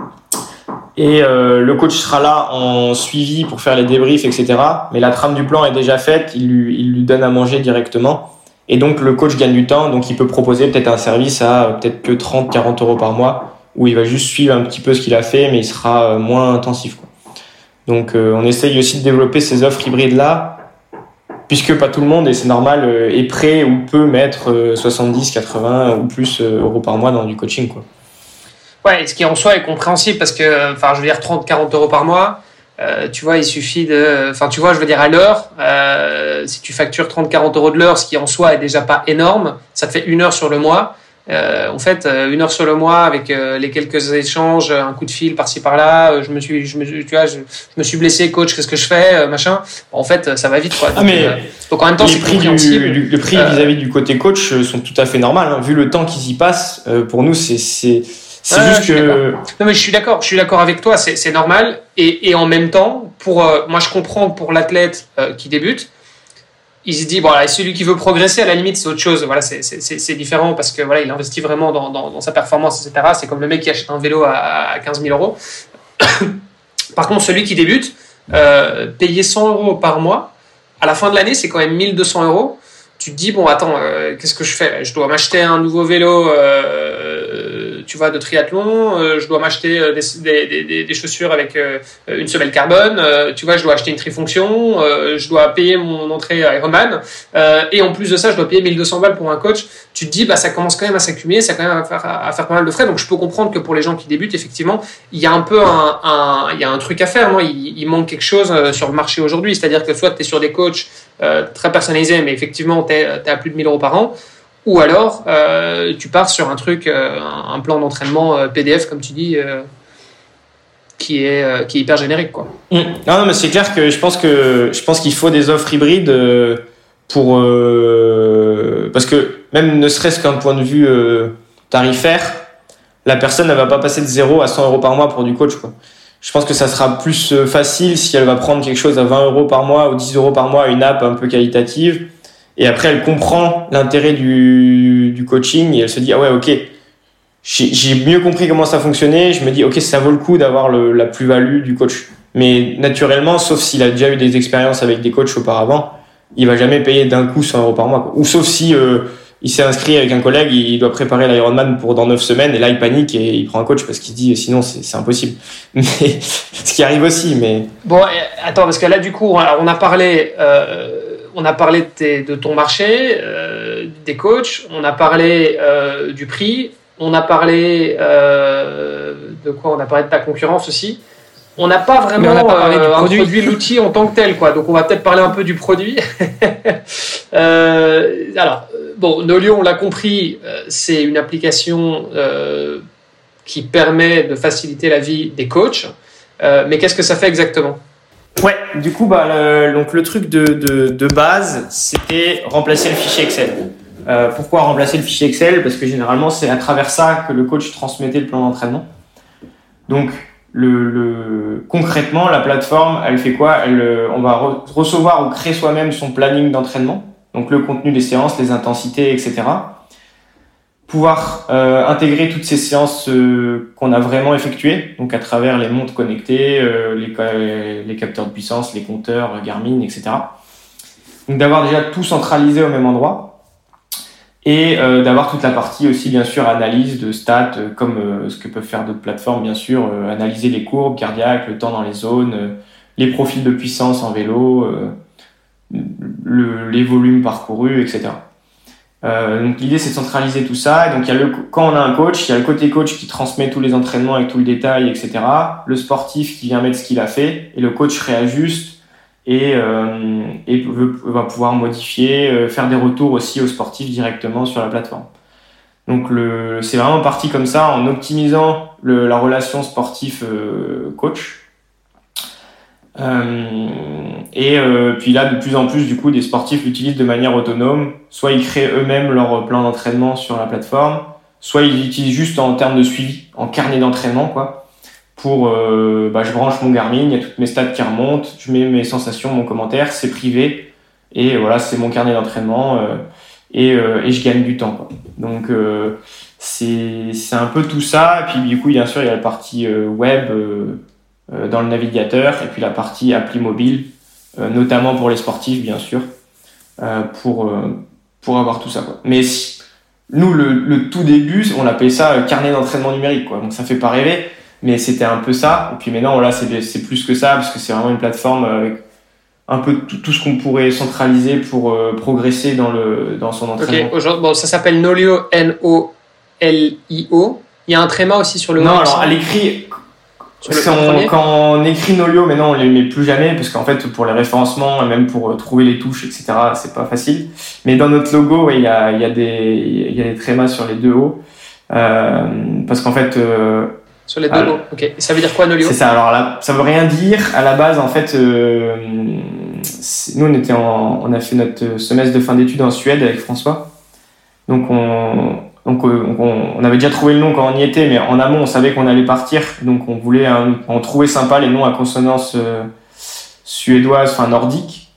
et le coach sera là en suivi pour faire les débriefs, etc. Mais la trame du plan est déjà faite, il lui donne à manger directement, et donc le coach gagne du temps, donc il peut proposer peut-être un service à peut-être que 30-40 € par mois, où il va juste suivre un petit peu ce qu'il a fait, mais il sera moins intensif, quoi. Donc on essaye aussi de développer ces offres hybrides là, puisque pas tout le monde, et c'est normal, est prêt ou peut mettre 70, 80 ou plus euros par mois dans du coaching, quoi. Ouais, ce qui en soi est compréhensible, parce que, enfin, je veux dire 30-40 € par mois, tu vois, il suffit enfin, tu vois, je veux dire à l'heure, si tu factures 30-40 € de l'heure, ce qui en soi est déjà pas énorme, ça te fait 1 heure sur le mois. En fait, 1 heure sur le mois avec les quelques échanges, un coup de fil par-ci par-là, je me suis blessé, coach, qu'est-ce que je fais, machin. En fait, ça va vite, quoi. Donc en même temps, c'est compréhensible. Le prix vis-à-vis du côté coach sont tout à fait normaux, hein. Vu le temps qu'ils y passent, pour nous, c'est juste que. Non, mais je suis d'accord avec toi, c'est normal. Et en même temps, moi, je comprends pour l'athlète qui débute. Il se dit, bon, là, celui qui veut progresser, à la limite, c'est autre chose. Voilà, c'est différent, parce que voilà, il investit vraiment dans sa performance, etc. C'est comme le mec qui achète un vélo à 15 000 €. Par contre, celui qui débute, payer 100 € par mois, à la fin de l'année, c'est quand même 1 200 €. Tu te dis, bon, attends, qu'est-ce que je fais? Je dois m'acheter un nouveau vélo, tu vois, de triathlon. Je dois m'acheter des chaussures avec une semelle carbone. Tu vois, je dois acheter une trifonction. Je dois payer mon entrée à Ironman. Et en plus de ça, je dois payer 1 200 balles pour un coach. Tu te dis, bah, ça commence quand même à s'accumuler, ça commence quand même à faire pas mal de frais. Donc, je peux comprendre que pour les gens qui débutent, effectivement, il y a un peu il y a un truc à faire, non? Il manque quelque chose sur le marché aujourd'hui. C'est-à-dire que soit tu es sur des coachs très personnalisés, mais effectivement, tu es à plus de 1 000 € par an. Ou alors, tu pars sur un truc, un plan d'entraînement PDF, comme tu dis, qui est hyper générique, quoi. Non, mais c'est clair que je pense qu'il faut des offres hybrides parce que même ne serait-ce qu'un point de vue tarifaire, la personne ne va pas passer de 0 à 100 € par mois pour du coach, quoi. Je pense que ça sera plus facile si elle va prendre quelque chose à 20 € par mois ou 10 € par mois, une app un peu qualitative. Et après, elle comprend l'intérêt du coaching, et elle se dit, ah ouais, ok, j'ai mieux compris comment ça fonctionnait. Je me dis, ok, ça vaut le coup d'avoir la plus-value du coach. Mais naturellement, sauf s'il a déjà eu des expériences avec des coachs auparavant, il va jamais payer d'un coup 100 € par mois, quoi. Ou sauf si il s'est inscrit avec un collègue, il doit préparer l'Ironman dans 9 semaines, et là il panique et il prend un coach parce qu'il se dit sinon c'est impossible. Mais ce qui arrive aussi. Mais bon, attends, parce que là du coup, on a parlé de ton marché, des coachs, on a parlé du prix, on a parlé de quoi? On a parlé de ta concurrence aussi. On n'a pas vraiment introduit l'outil en tant que tel, quoi. Donc on va peut-être parler un peu du produit. Alors, bon, Nolio, on l'a compris, c'est une application qui permet de faciliter la vie des coachs. Mais qu'est-ce que ça fait exactement? Ouais, du coup, donc le truc de base, c'était remplacer le fichier Excel. Pourquoi remplacer le fichier Excel? Parce que généralement, c'est à travers ça que le coach transmettait le plan d'entraînement. Donc, concrètement, la plateforme, elle fait quoi? On va recevoir ou créer soi-même son planning d'entraînement, donc le contenu des séances, les intensités, etc. Pouvoir intégrer toutes ces séances qu'on a vraiment effectuées, donc à travers les montres connectées, les capteurs de puissance, les compteurs Garmin, etc. Donc d'avoir déjà tout centralisé au même endroit et d'avoir toute la partie aussi bien sûr analyse de stats comme ce que peuvent faire d'autres plateformes bien sûr, analyser les courbes cardiaques, le temps dans les zones, les profils de puissance en vélo, les volumes parcourus, etc. Donc l'idée c'est de centraliser tout ça. Et donc quand on a un coach, il y a le côté coach qui transmet tous les entraînements avec tout le détail, etc. Le sportif qui vient mettre ce qu'il a fait et le coach réajuste et va pouvoir modifier, faire des retours aussi aux sportifs directement sur la plateforme. Donc c'est vraiment parti comme ça en optimisant la relation sportif-coach. Puis là, de plus en plus, du coup, des sportifs l'utilisent de manière autonome. Soit ils créent eux-mêmes leur plan d'entraînement sur la plateforme, soit ils l'utilisent juste en termes de suivi, en carnet d'entraînement, quoi. Pour, je branche mon Garmin, il y a toutes mes stats qui remontent, je mets mes sensations, mon commentaire, c'est privé, et voilà, c'est mon carnet d'entraînement, et je gagne du temps, quoi. Donc, c'est un peu tout ça. Et puis, du coup, bien sûr, il y a la partie web, dans le navigateur, et puis la partie appli mobile, notamment pour les sportifs bien sûr, pour avoir tout ça, quoi. Mais nous le tout début on appelait ça carnet d'entraînement numérique, quoi. Donc ça fait pas rêver, mais c'était un peu ça. Et puis maintenant voilà, c'est plus que ça parce que c'est vraiment une plateforme avec un peu tout ce qu'on pourrait centraliser pour progresser dans son entraînement. Ok, aujourd'hui, ça s'appelle Nolio, Nolio. Il y a un tréma aussi sur le non, alors à l'écrit. Quand on écrit Nolio, maintenant on les met plus jamais parce qu'en fait pour les référencements et même pour trouver les touches, etc., c'est pas facile. Mais dans notre logo, il y a des trémas sur les deux hauts parce qu'en fait sur les deux hauts. Ok. Et ça veut dire quoi Nolio? C'est ça. Alors là, ça veut rien dire. À la base, en fait, nous on a fait notre semestre de fin d'études en Suède avec François. Donc on avait déjà trouvé le nom quand on y était, mais en amont, on savait qu'on allait partir. Donc, on trouvait sympa les noms à consonance suédoise, enfin nordique.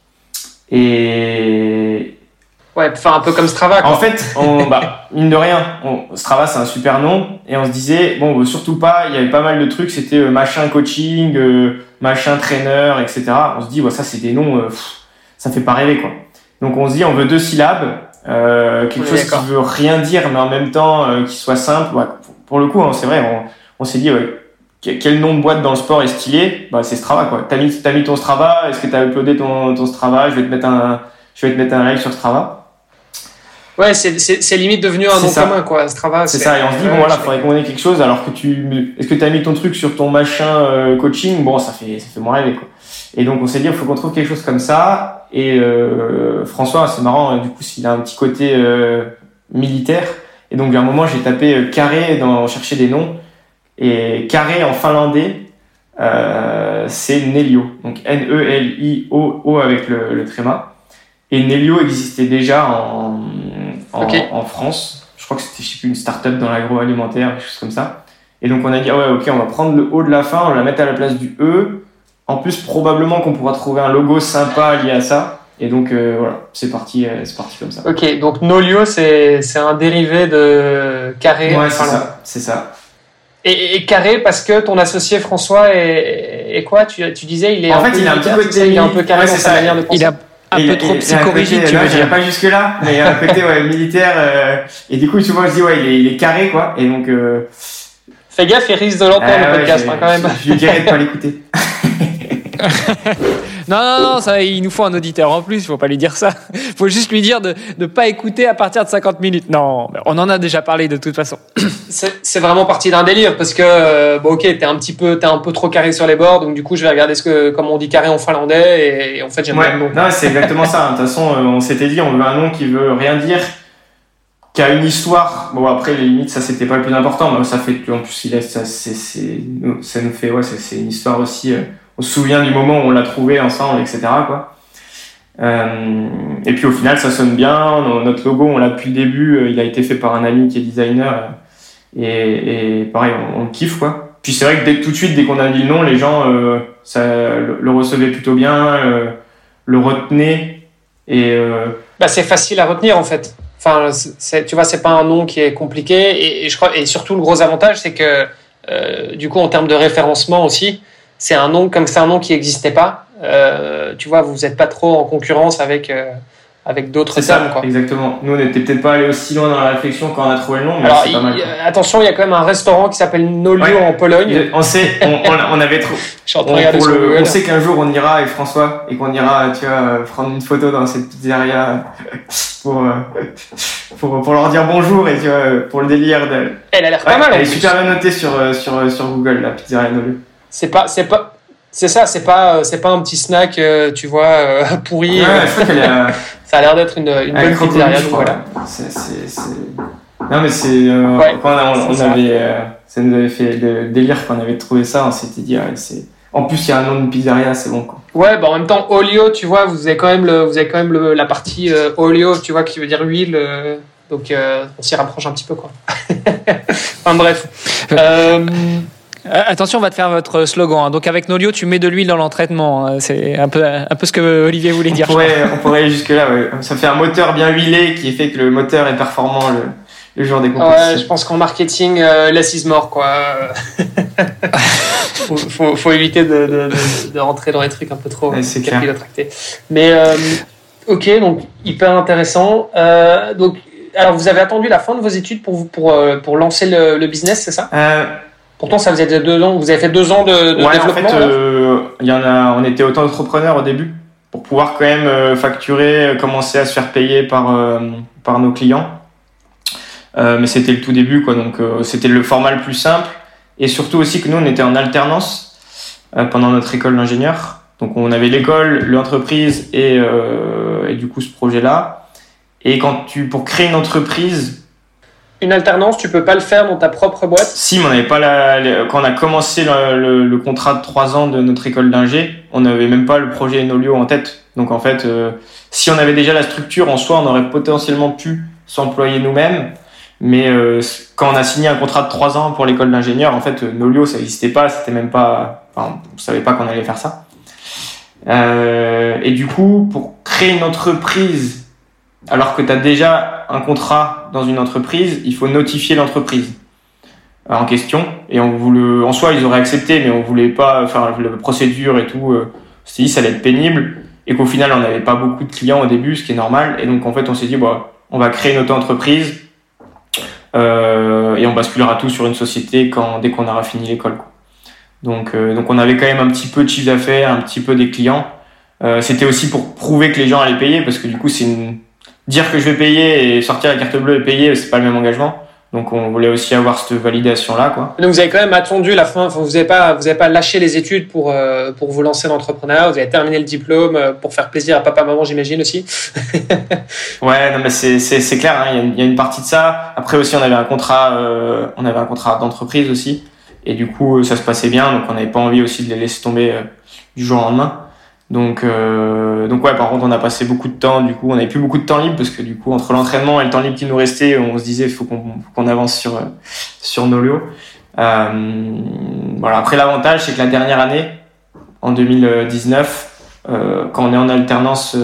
Et ouais, enfin un peu comme Strava, quoi. En fait, mine de rien, Strava c'est un super nom, et on se disait bon, surtout pas. Il y avait pas mal de trucs, c'était machin coaching, machin traîneur, etc. On se dit ça c'est des noms, ça fait pas rêver, quoi. Donc on se dit on veut 2 syllabes. Quelque chose qui veut rien dire mais en même temps qui soit simple. Pour le coup, c'est vrai, on s'est dit quel nom de boîte dans le sport est stylé, c'est Strava, quoi. T'as mis ton Strava, est-ce que t'as uploadé ton Strava, je vais te mettre un like sur Strava. Ouais, c'est limite devenu un nom commun, quoi. Strava, c'est ça. Et on se dit faudrait qu'on ait quelque chose, alors que est-ce que t'as mis ton truc sur ton machin coaching, ça fait moins rêver, quoi. Et donc on s'est dit il faut qu'on trouve quelque chose comme ça. Et François, c'est marrant, du coup il a un petit côté militaire, et donc à un moment j'ai tapé carré dans chercher des noms, et carré en finlandais c'est Nelio, donc Nelio avec le tréma. Et Nelio existait déjà en France. Je crois que c'était une start-up dans l'agroalimentaire, quelque chose comme ça. Et donc on a dit on va prendre le O de la fin, on va la mettre à la place du E. En plus, probablement qu'on pourra trouver un logo sympa lié à ça. Et donc, voilà, c'est parti comme ça. Ok, donc Nolio, c'est un dérivé de carré. Ouais, c'est ça. Et carré parce que ton associé François est quoi? Tu disais, il est il a un petit côté... Il est un peu carré dans sa manière de penser. Il a un peu trop psychorigide, tu veux dire. Pas jusque-là, mais il y a un côté militaire. Et du coup, souvent, je dis, il est carré, quoi. Et donc... Fais gaffe, il risque de l'entendre, le podcast, quand même. Je lui dirais de pas l'écouter. Non, ça, il nous faut un auditeur en plus, faut pas lui dire ça. Faut juste lui dire de ne pas écouter à partir de 50 minutes. Non, on en a déjà parlé de toute façon. C'est vraiment parti d'un délire parce que, t'es un peu trop carré sur les bords, donc du coup, je vais regarder comment on dit carré en finlandais, et en fait, j'aime bien le nom. Non, c'est exactement ça. De toute façon, on s'était dit, on veut un nom qui veut rien dire, qui a une histoire. Bon, après, les limites, ça, c'était pas le plus important, mais ça fait, en plus, ça nous fait, c'est une histoire aussi, on se souvient du moment où on l'a trouvé ensemble, etc., quoi. Et puis, au final, ça sonne bien. Notre logo, on l'a depuis le début, il a été fait par un ami qui est designer, et pareil, on kiffe, quoi. Puis, c'est vrai que tout de suite, dès qu'on a dit le nom, les gens, le recevaient plutôt bien, le retenaient, et, c'est facile à retenir, en fait. Enfin, tu vois, c'est pas un nom qui est compliqué, et je crois, et surtout le gros avantage, c'est que du coup, en termes de référencement aussi, c'est un nom qui n'existait pas. Tu vois, vous n'êtes pas trop en concurrence avec d'autres termes, quoi. Exactement. Nous, on n'était peut-être pas allé aussi loin dans la réflexion quand on a trouvé le nom, mais alors, c'est pas mal. Attention, il y a quand même un restaurant qui s'appelle Nolio en Pologne. On avait trop. On sait qu'un jour on ira avec François et qu'on ira, tu vois, prendre une photo dans cette pizzeria pour leur dire bonjour et tu vois, pour le délire. Elle a l'air pas mal. Elle est super bien notée sur Google, la pizzeria Nolio. C'est pas un petit snack, tu vois, pourri. Ouais, je crois qu'elle est. Ça a l'air d'être une bonne pizzeria. Donc voilà. Non mais c'est quand ça nous avait fait le délire quand on avait trouvé ça, on s'était dit en plus il y a un nom de pizzeria, c'est bon quoi. Ouais, bah en même temps Olio, tu vois, vous avez quand même la partie olio, tu vois, qui veut dire huile, donc on s'y rapproche un petit peu quoi. Enfin bref. Attention, on va te faire votre slogan. Donc avec Nolio, tu mets de l'huile dans l'entraînement. C'est un peu ce que Olivier voulait dire. On pourrait aller jusque là. Ouais. Ça fait un moteur bien huilé qui fait que le moteur est performant le jour des compétitions. Ouais, je pense qu'en marketing, less is more quoi. faut éviter de rentrer dans les trucs un peu trop capillotractés. Mais ok, donc hyper intéressant. Donc alors vous avez attendu la fin de vos études pour lancer le business, c'est ça? Pourtant, ça faisait 2 ans. Vous avez fait 2 ans de développement. En fait, on était auto-entrepreneurs au début pour pouvoir quand même facturer, commencer à se faire payer par nos clients. Mais c'était le tout début, quoi. Donc, c'était le format le plus simple. Et surtout aussi que nous, on était en alternance pendant notre école d'ingénieur. Donc, on avait l'école, l'entreprise et du coup ce projet-là. Et pour créer une entreprise. Une alternance, tu peux pas le faire dans ta propre boîte? Si, mais on n'avait pas quand on a commencé le contrat de 3 ans de notre école d'ingé, on n'avait même pas le projet Nolio en tête. Donc en fait, si on avait déjà la structure en soi, on aurait potentiellement pu s'employer nous-mêmes. Mais quand on a signé un contrat de 3 ans pour l'école d'ingénieur, en fait, Nolio, ça n'existait pas. C'était même pas, on savait pas qu'on allait faire ça. Et du coup, pour créer une entreprise, alors que tu as déjà un contrat dans une entreprise, il faut notifier l'entreprise en question. Et en soi, ils auraient accepté, mais on voulait pas faire la procédure et tout. On s'est dit ça allait être pénible et qu'au final, on n'avait pas beaucoup de clients au début, ce qui est normal. Et donc, en fait, on s'est dit, on va créer une auto-entreprise et on basculera tout sur une société dès qu'on aura fini l'école, quoi. Donc, on avait quand même un petit peu de chiffre d'affaires, un petit peu des clients. C'était aussi pour prouver que les gens allaient payer, parce que du coup, dire que je vais payer et sortir la carte bleue et payer, c'est pas le même engagement. Donc on voulait aussi avoir cette validation là, quoi. Donc vous avez quand même attendu la fin. Enfin, vous avez pas lâché les études pour vous lancer dans l'entrepreneuriat. Vous avez terminé le diplôme pour faire plaisir à papa maman, j'imagine aussi. Ouais, non mais c'est clair. Hein, il y a une partie de ça. Après aussi on avait un contrat d'entreprise aussi. Et du coup ça se passait bien. Donc on n'avait pas envie aussi de les laisser tomber du jour au lendemain. Donc ouais, par contre on a passé beaucoup de temps, du coup on n'avait plus beaucoup de temps libre parce que du coup entre l'entraînement et le temps libre qui nous restait, on se disait il faut qu'on avance sur Nolio. Voilà. Après l'avantage c'est que la dernière année, en 2019, quand on est en alternance,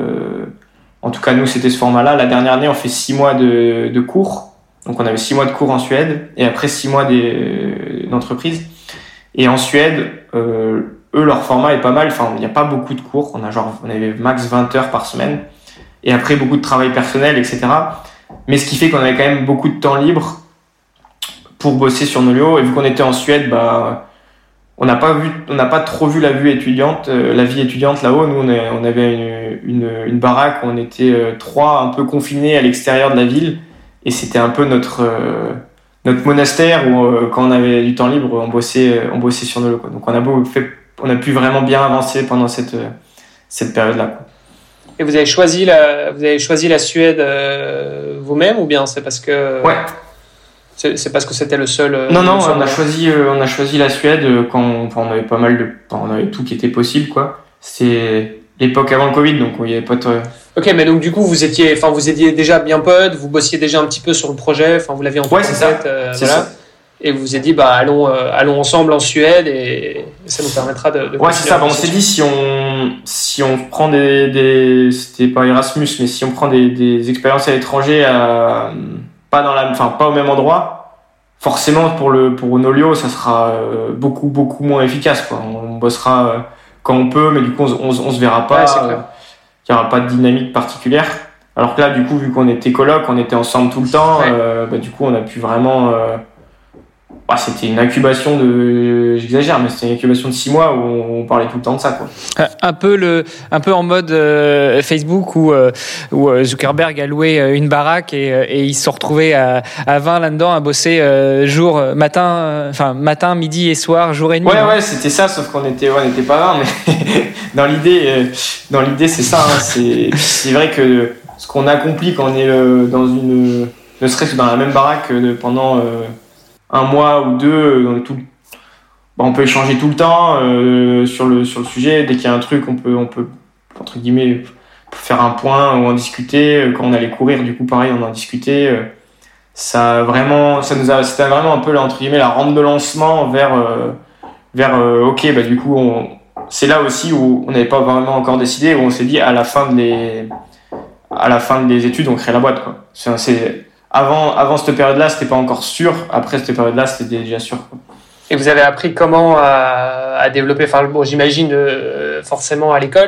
en tout cas nous c'était ce format-là, la dernière année on fait 6 mois de cours, donc on avait 6 mois de cours en Suède et après 6 mois d'entreprise. Et en Suède, eux, leur format est pas mal. Enfin, il n'y a pas beaucoup de cours. On avait max 20 heures par semaine. Et après, beaucoup de travail personnel, etc. Mais ce qui fait qu'on avait quand même beaucoup de temps libre pour bosser sur Nolio. Et vu qu'on était en Suède, on n'a pas trop vu la vie étudiante là-haut. Nous, on avait une baraque où on était 3 un peu confinés à l'extérieur de la ville. Et c'était un peu notre monastère où, quand on avait du temps libre, on bossait sur Nolio, quoi. Donc, on a pu vraiment bien avancer pendant cette période-là, quoi. Et vous avez choisi la Suède vous-même, ou bien c'est parce que ouais, c'est parce que c'était le seul non, on a choisi la Suède quand on avait on avait tout qui était possible, quoi. C'est l'époque avant le Covid, donc il y avait pas de... Ok, mais donc du coup vous étiez déjà bien potes, vous bossiez déjà un petit peu sur le projet, enfin vous l'aviez en tête, c'est voilà. Ça. Et vous vous êtes dit, allons ensemble en Suède et ça nous permettra de ouais, c'est ça. On s'est dit, si on prend c'était pas Erasmus, mais si on prend des expériences à l'étranger, pas au même endroit, forcément pour Nolio, ça sera beaucoup moins efficace, quoi. On bossera quand on peut, mais du coup on se verra pas. Il y aura pas de dynamique particulière. Alors que là, du coup, vu qu'on était coloc, on était ensemble tout le temps, du coup, on a pu vraiment. C'était une incubation j'exagère, mais c'était une incubation de 6 mois où on parlait tout le temps de ça, quoi. Un peu en mode Facebook où Zuckerberg a loué une baraque et ils se sont retrouvés à 20 là-dedans à bosser matin, midi et soir, jour et nuit. Ouais, c'était ça, sauf qu'on n'était pas 20, mais dans l'idée, c'est ça. Hein, c'est vrai que ce qu'on accomplit quand on est ne serait-ce que dans la même baraque pendant 1 mois ou 2, on peut échanger tout le temps sur le sujet. Dès qu'il y a un truc, on peut entre guillemets faire un point ou en discuter. Quand on allait courir, du coup, pareil, on en discutait. C'était vraiment un peu entre guillemets la rampe de lancement vers du coup, c'est là aussi où on n'avait pas vraiment encore décidé, où on s'est dit à la fin des études, on crée la boîte, quoi. Avant cette période-là, c'était pas encore sûr. Après cette période-là, c'était déjà sûr, quoi. Et vous avez appris comment à développer, j'imagine forcément à l'école,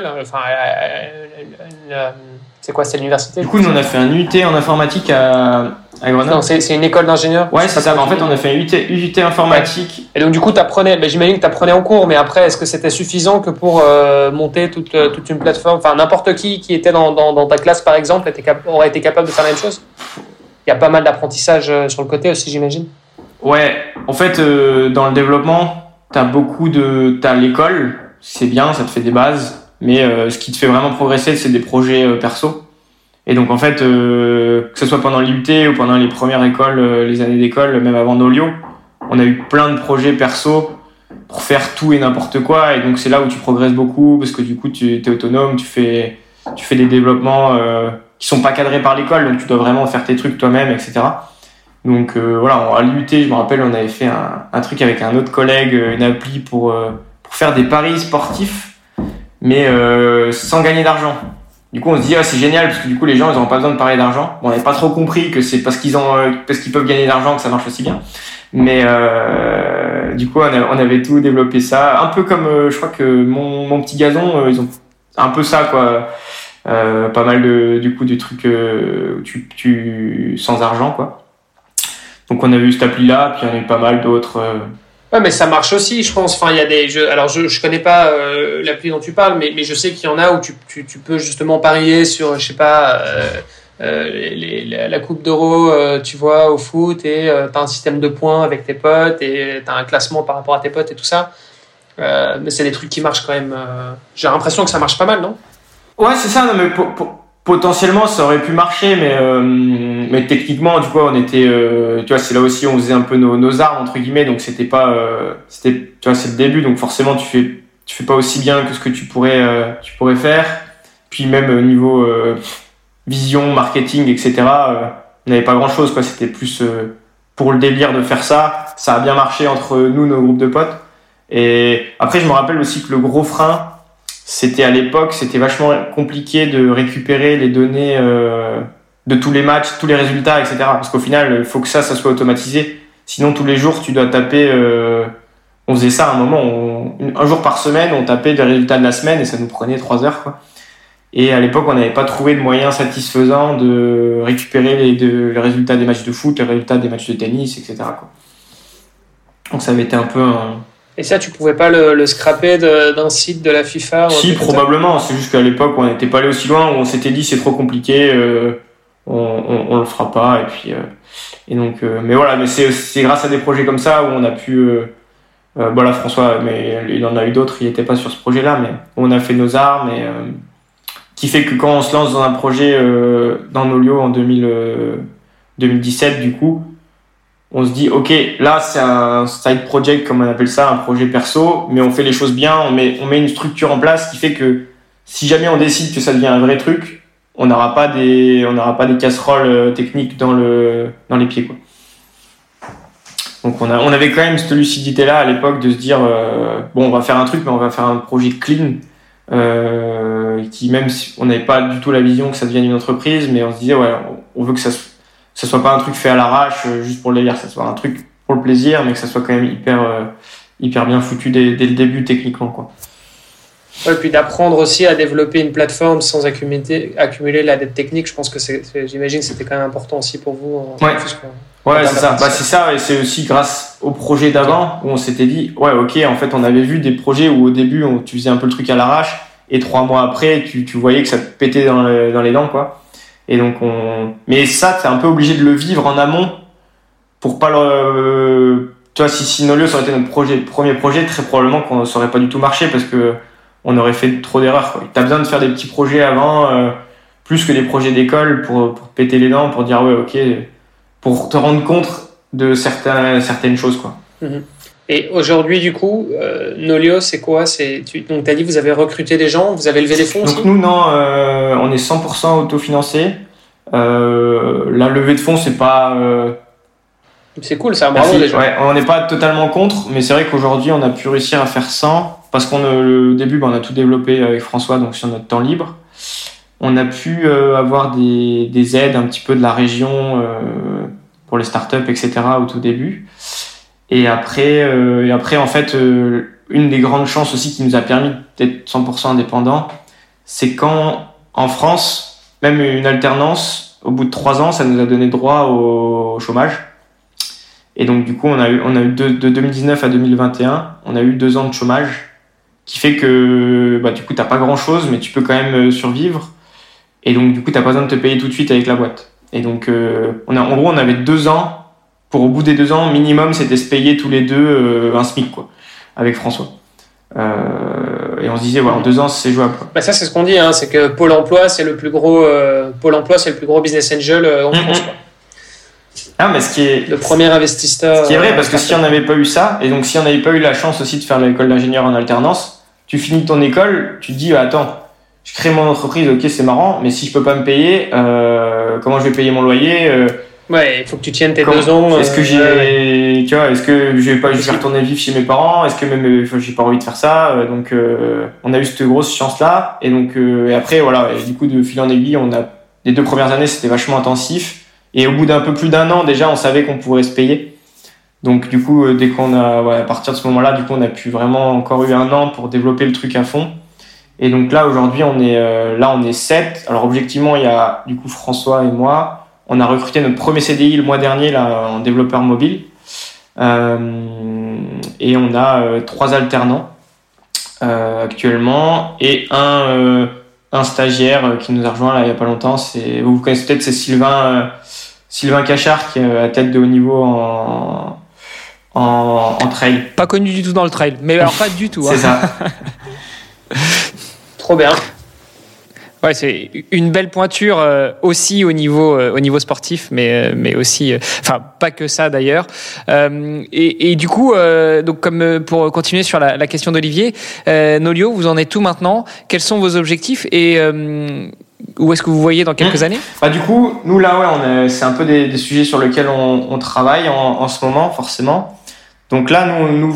c'est quoi, c'est l'université? Du coup, nous on a fait un UT en informatique à Grenoble. Non, c'est une école d'ingénieur. Ouais, c'est ça. En fait, on a fait un UT informatique. Ouais. Et donc du coup, j'imagine que t'apprenais en cours, mais après, est-ce que c'était suffisant que pour monter toute une plateforme, n'importe qui était dans ta classe par exemple aurait été capable de faire la même chose? Il y a pas mal d'apprentissage sur le côté aussi, j'imagine. Ouais, en fait, dans le développement, t'as l'école, c'est bien, ça te fait des bases, mais ce qui te fait vraiment progresser, c'est des projets perso. Et donc en fait, que ce soit pendant l'IUT ou pendant les premières écoles, les années d'école, même avant Nolio, on a eu plein de projets perso pour faire tout et n'importe quoi. Et donc c'est là où tu progresses beaucoup, parce que du coup, tu es autonome, tu fais des développements qui sont pas cadrés par l'école, donc tu dois vraiment faire tes trucs toi-même, etc. Donc à l'IUT, je me rappelle, on avait fait un truc avec un autre collègue, une appli pour faire des paris sportifs, mais sans gagner d'argent. Du coup, on se dit c'est génial, parce que du coup les gens ils n'auront pas besoin de parier d'argent. Bon, on n'avait pas trop compris que c'est parce qu'ils peuvent gagner d'argent que ça marche aussi bien. Mais du coup, on avait tout développé ça, un peu comme je crois que mon petit gazon, ils ont un peu ça, quoi. Pas mal de trucs tu sans argent, quoi. Donc on a eu cette appli là, puis il y en a eu pas mal d'autres. Ouais, mais ça marche aussi, je pense. Il y a des jeux. Alors je connais pas l'appli dont tu parles, mais je sais qu'il y en a où tu peux justement parier sur, je sais pas, la Coupe d'Euro, tu vois, au foot, et t'as un système de points avec tes potes et t'as un classement par rapport à tes potes et tout ça. Mais c'est des trucs qui marchent quand même. J'ai l'impression que ça marche pas mal, non? Ouais, c'est ça. Non, mais potentiellement ça aurait pu marcher, mais techniquement, du coup, on était, tu vois, c'est là aussi on faisait un peu nos armes entre guillemets, donc c'était pas, tu vois, c'est le début, donc forcément tu fais pas aussi bien que ce que tu pourrais faire. Puis même niveau vision, marketing, etc. On n'avait pas grand chose, quoi. C'était plus pour le délire de faire ça. Ça a bien marché entre nous, nos groupes de potes. Et après, je me rappelle aussi que le gros frein, à l'époque, c'était vachement compliqué de récupérer les données de tous les matchs, tous les résultats, etc. Parce qu'au final, il faut que ça soit automatisé. Sinon, tous les jours, tu dois taper... on faisait ça à un moment, un jour par semaine, on tapait les résultats de la semaine et ça nous prenait 3 heures, quoi. Et à l'époque, on n'avait pas trouvé de moyens satisfaisants de récupérer les résultats des matchs de foot, les résultats des matchs de tennis, etc., quoi. Donc ça avait été un peu un... Et ça, tu pouvais pas le scraper d'un site de la FIFA? Si, probablement. C'est juste qu'à l'époque, on n'était pas allé aussi loin, où on s'était dit c'est trop compliqué, on le fera pas. Et puis, et donc, mais voilà, mais c'est grâce à des projets comme ça où on a pu. Voilà, François, mais il en a eu d'autres, il était pas sur ce projet-là, mais on a fait nos armes et qui fait que quand on se lance dans un projet dans Nolio en 2017, du coup. On se dit, ok, là c'est un side project comme on appelle ça, un projet perso, mais on fait les choses bien, on met une structure en place qui fait que si jamais on décide que ça devient un vrai truc, on n'aura pas des casseroles techniques dans les pieds, quoi. Donc on avait quand même cette lucidité là à l'époque de se dire on va faire un truc, mais on va faire un projet clean qui, même si on n'avait pas du tout la vision que ça devienne une entreprise, mais on se disait on veut que ça soit pas un truc fait à l'arrache juste pour le délire, ça soit un truc pour le plaisir, mais que ça soit quand même hyper bien foutu dès le début techniquement, quoi. Ouais, puis d'apprendre aussi à développer une plateforme sans accumuler la dette technique, je pense que j'imagine que c'était quand même important aussi pour vous. Ouais, c'est ça. C'est ça, et c'est aussi grâce au projet d'avant où on s'était dit, ouais, ok, en fait, on avait vu des projets où au début, tu faisais un peu le truc à l'arrache, et 3 mois après, tu voyais que ça te pétait dans les dents, quoi. Et donc mais ça, t'es un peu obligé de le vivre en amont pour pas tu vois, si Nolio ça aurait été notre premier projet, très probablement qu'on ça aurait pas du tout marché parce que on aurait fait trop d'erreurs, quoi. T'as besoin de faire des petits projets avant, plus que des projets d'école pour péter les dents, pour dire ouais, ok, pour te rendre compte de certaines choses, quoi. Mm-hmm. Et aujourd'hui, du coup, Nolio, c'est quoi? Donc, tu as dit que vous avez recruté des gens, vous avez levé des fonds aussi? Donc nous, non, on est 100% autofinancé. La levée de fonds, c'est pas... C'est cool, ça, bravo déjà. Ouais, on n'est pas totalement contre, mais c'est vrai qu'aujourd'hui, on a pu réussir à faire 100, parce au début, on a tout développé avec François, donc sur notre temps libre. On a pu avoir des aides un petit peu de la région pour les startups, etc. au tout début. Et après, en fait, une des grandes chances aussi qui nous a permis d'être 100% indépendant, c'est quand, en France, même une alternance, au bout de 3 ans, ça nous a donné droit au chômage. Et donc, du coup, on a eu de 2019 à 2021, on a eu 2 ans de chômage, qui fait que, du coup, t'as pas grand chose, mais tu peux quand même survivre. Et donc, du coup, t'as pas besoin de te payer tout de suite avec la boîte. Et donc, en gros, on avait 2 ans. Pour au bout des 2 ans, minimum, c'était se payer tous les deux un SMIC, quoi, avec François. Et on se disait, en 2 ans, c'est jouable, quoi. Ça, c'est ce qu'on dit, hein, c'est que Pôle Emploi, c'est le plus gros business angel en France, quoi. Ah, mais ce qui est le premier investisseur. Ce qui est vrai, parce que si on n'avait pas eu ça, et donc si on n'avait pas eu la chance aussi de faire l'école d'ingénieur en alternance, tu finis ton école, tu te dis, attends, je crée mon entreprise, ok, c'est marrant, mais si je peux pas me payer, comment je vais payer mon loyer? Ouais, il faut que tu tiennes tes 2 ans. Est-ce que est-ce que je vais retourner vivre chez mes parents? Est-ce que même j'ai pas envie de faire ça? Donc on a eu cette grosse chance là, et donc et après voilà, et du coup de fil en aiguille, les 2 premières années c'était vachement intensif, et au bout d'un peu plus d'1 an déjà on savait qu'on pourrait se payer. Donc du coup dès à partir de ce moment-là, du coup on a pu vraiment encore eu 1 an pour développer le truc à fond. Et donc là aujourd'hui on est 7. Alors objectivement il y a du coup François et moi. On a recruté notre premier CDI le mois dernier là, en développeur mobile. Et on a 3 alternants actuellement et un stagiaire qui nous a rejoint là, il n'y a pas longtemps. Vous connaissez peut-être, c'est Sylvain Cachard qui est à tête de haut niveau en trail. Pas connu du tout dans le trail, mais alors pas du tout. C'est ça. Trop bien. Ouais, c'est une belle pointure aussi au niveau sportif, mais aussi, pas que ça d'ailleurs. Et du coup, donc comme pour continuer sur la question d'Olivier, Nolio, vous en êtes où maintenant? Quels sont vos objectifs et où est-ce que vous voyez dans quelques années? Du coup, nous là, c'est un peu des sujets sur lesquels on travaille en ce moment, forcément. Donc là,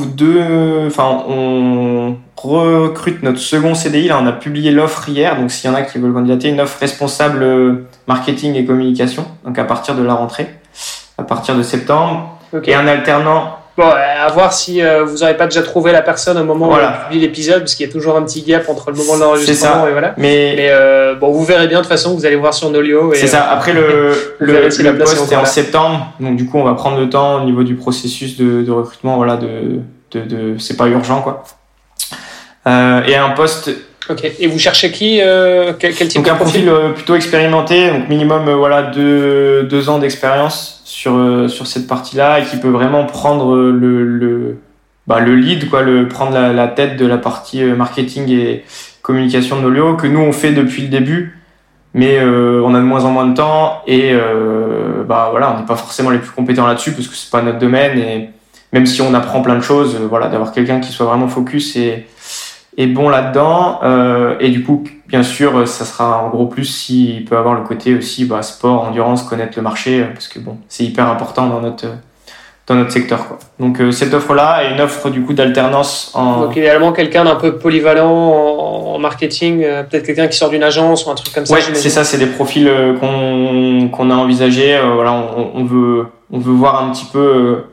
on recrute notre second CDI. Là, on a publié l'offre hier. Donc, s'il y en a qui veulent candidater, une offre responsable marketing et communication. Donc, à partir de la rentrée, à partir de septembre. Okay. Et un alternant. Bon, à voir si vous n'aurez pas déjà trouvé la personne au moment où on publie l'épisode, parce qu'il y a toujours un petit gap entre le moment de l'enregistrement et voilà. Mais vous verrez bien de toute façon, vous allez voir sur Nolio. C'est ça. Après, le poste est en septembre. Donc, du coup, on va prendre le temps au niveau du processus de recrutement. Voilà, c'est pas urgent, quoi. Et un poste. Ok. Et vous cherchez qui? Quel type de profil? Donc, un profil plutôt expérimenté. Donc, minimum, 2 ans d'expérience sur cette partie-là, et qui peut vraiment prendre le lead, quoi, prendre la tête de la partie marketing et communication de Nolio, que nous on fait depuis le début, mais on a de moins en moins de temps, et on n'est pas forcément les plus compétents là-dessus parce que c'est pas notre domaine, et même si on apprend plein de choses, d'avoir quelqu'un qui soit vraiment focus et bon là-dedans, et du coup bien sûr ça sera en gros plus s'il peut avoir le côté aussi sport, endurance, connaître le marché, parce que c'est hyper important dans notre secteur, quoi. Donc cette offre-là est une offre du coup d'alternance donc idéalement quelqu'un d'un peu polyvalent en marketing, peut-être quelqu'un qui sort d'une agence ou un truc comme ça. Ouais, c'est ça, c'est des profils qu'on a envisagés. On veut voir un petit peu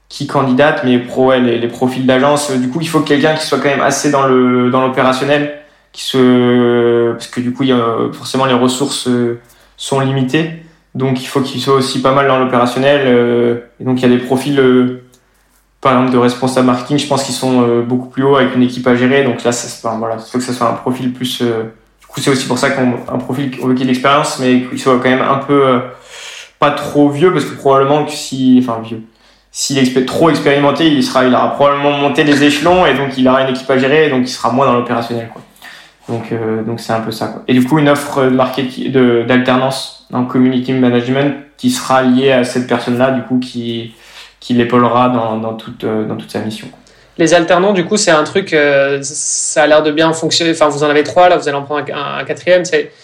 qui candidatent, mais les profils d'agence. Du coup, il faut quelqu'un qui soit quand même assez dans l'opérationnel, parce que du coup, forcément les ressources sont limitées. Donc, il faut qu'il soit aussi pas mal dans l'opérationnel. Et donc, il y a des profils, par exemple, de responsable marketing, je pense qu'ils sont beaucoup plus hauts avec une équipe à gérer. Donc là, il faut que ça soit un profil plus... du coup, c'est aussi pour ça un profil qui a de l'expérience, mais qu'il soit quand même un peu pas trop vieux, parce que probablement que s'il est trop expérimenté, il aura probablement monté les échelons, et donc il aura une équipe à gérer, et donc il sera moins dans l'opérationnel, quoi. Donc c'est un peu ça, quoi. Et du coup, une offre de marketing, d'alternance en community management qui sera liée à cette personne-là, du coup, qui l'épaulera dans toute sa mission. Les alternants, du coup, c'est un truc, ça a l'air de bien fonctionner. Enfin, vous en avez 3, là, vous allez en prendre un quatrième.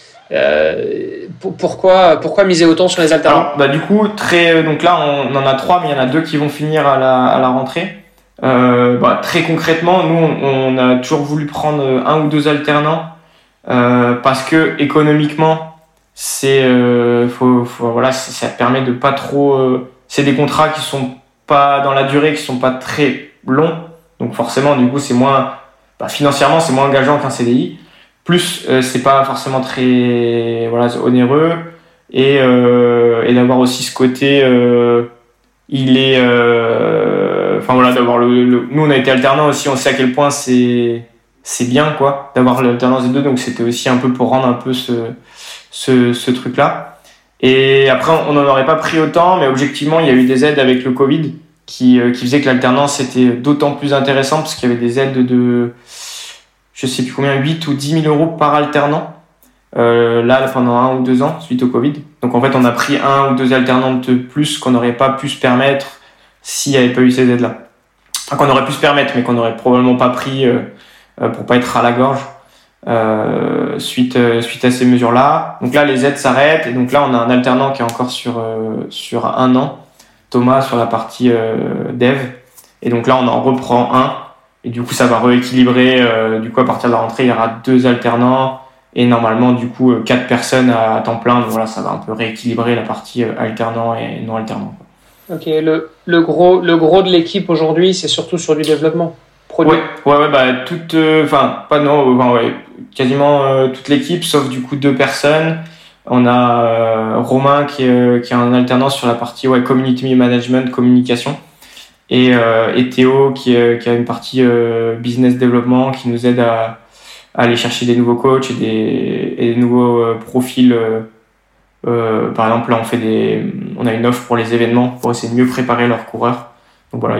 Pourquoi miser autant sur les alternants? Alors, du coup, donc là, on en a 3, mais il y en a 2 qui vont finir à la rentrée. Très concrètement, nous, on a toujours voulu prendre 1 ou 2 alternants parce que économiquement, ça permet de pas trop. C'est des contrats qui sont pas dans la durée, qui sont pas très longs, donc forcément, du coup, c'est moins. Financièrement, c'est moins engageant qu'un CDI. Plus, c'est pas forcément très onéreux, et d'avoir aussi ce côté. D'avoir nous on a été alternants aussi, on sait à quel point c'est bien, quoi, d'avoir l'alternance des deux, donc c'était aussi un peu pour rendre un peu ce truc là. Et après, on n'en aurait pas pris autant, mais objectivement il y a eu des aides avec le Covid qui faisaient que l'alternance était d'autant plus intéressante, parce qu'il y avait des aides de je sais plus combien, 8 ou 10 000 euros par alternant là pendant 1 ou 2 ans suite au Covid. Donc en fait, on a pris 1 ou 2 alternants de plus qu'on n'aurait pas pu se permettre s'il n'y avait pas eu ces aides-là. Enfin, qu'on aurait pu se permettre, mais qu'on n'aurait probablement pas pris pour pas être à la gorge suite à ces mesures-là. Donc là, les aides s'arrêtent, et donc là, on a un alternant qui est encore sur 1 an, Thomas, sur la partie dev. Et donc là, on en reprend un, et du coup, ça va rééquilibrer. Du coup, à partir de la rentrée, il y aura 2 alternants, et normalement, du coup, 4 personnes à temps plein. Donc voilà, ça va un peu rééquilibrer la partie alternant et non alternant. Ok, le gros de l'équipe aujourd'hui, c'est surtout sur du développement produit. Quasiment toute l'équipe, sauf du coup 2 personnes. On a Romain qui est en alternance sur la partie community management, communication, et Théo qui a une partie business développement, qui nous aide à aller chercher des nouveaux coachs et des nouveaux profils. Par exemple, là, on a une offre pour les événements pour essayer de mieux préparer leurs coureurs. Donc voilà,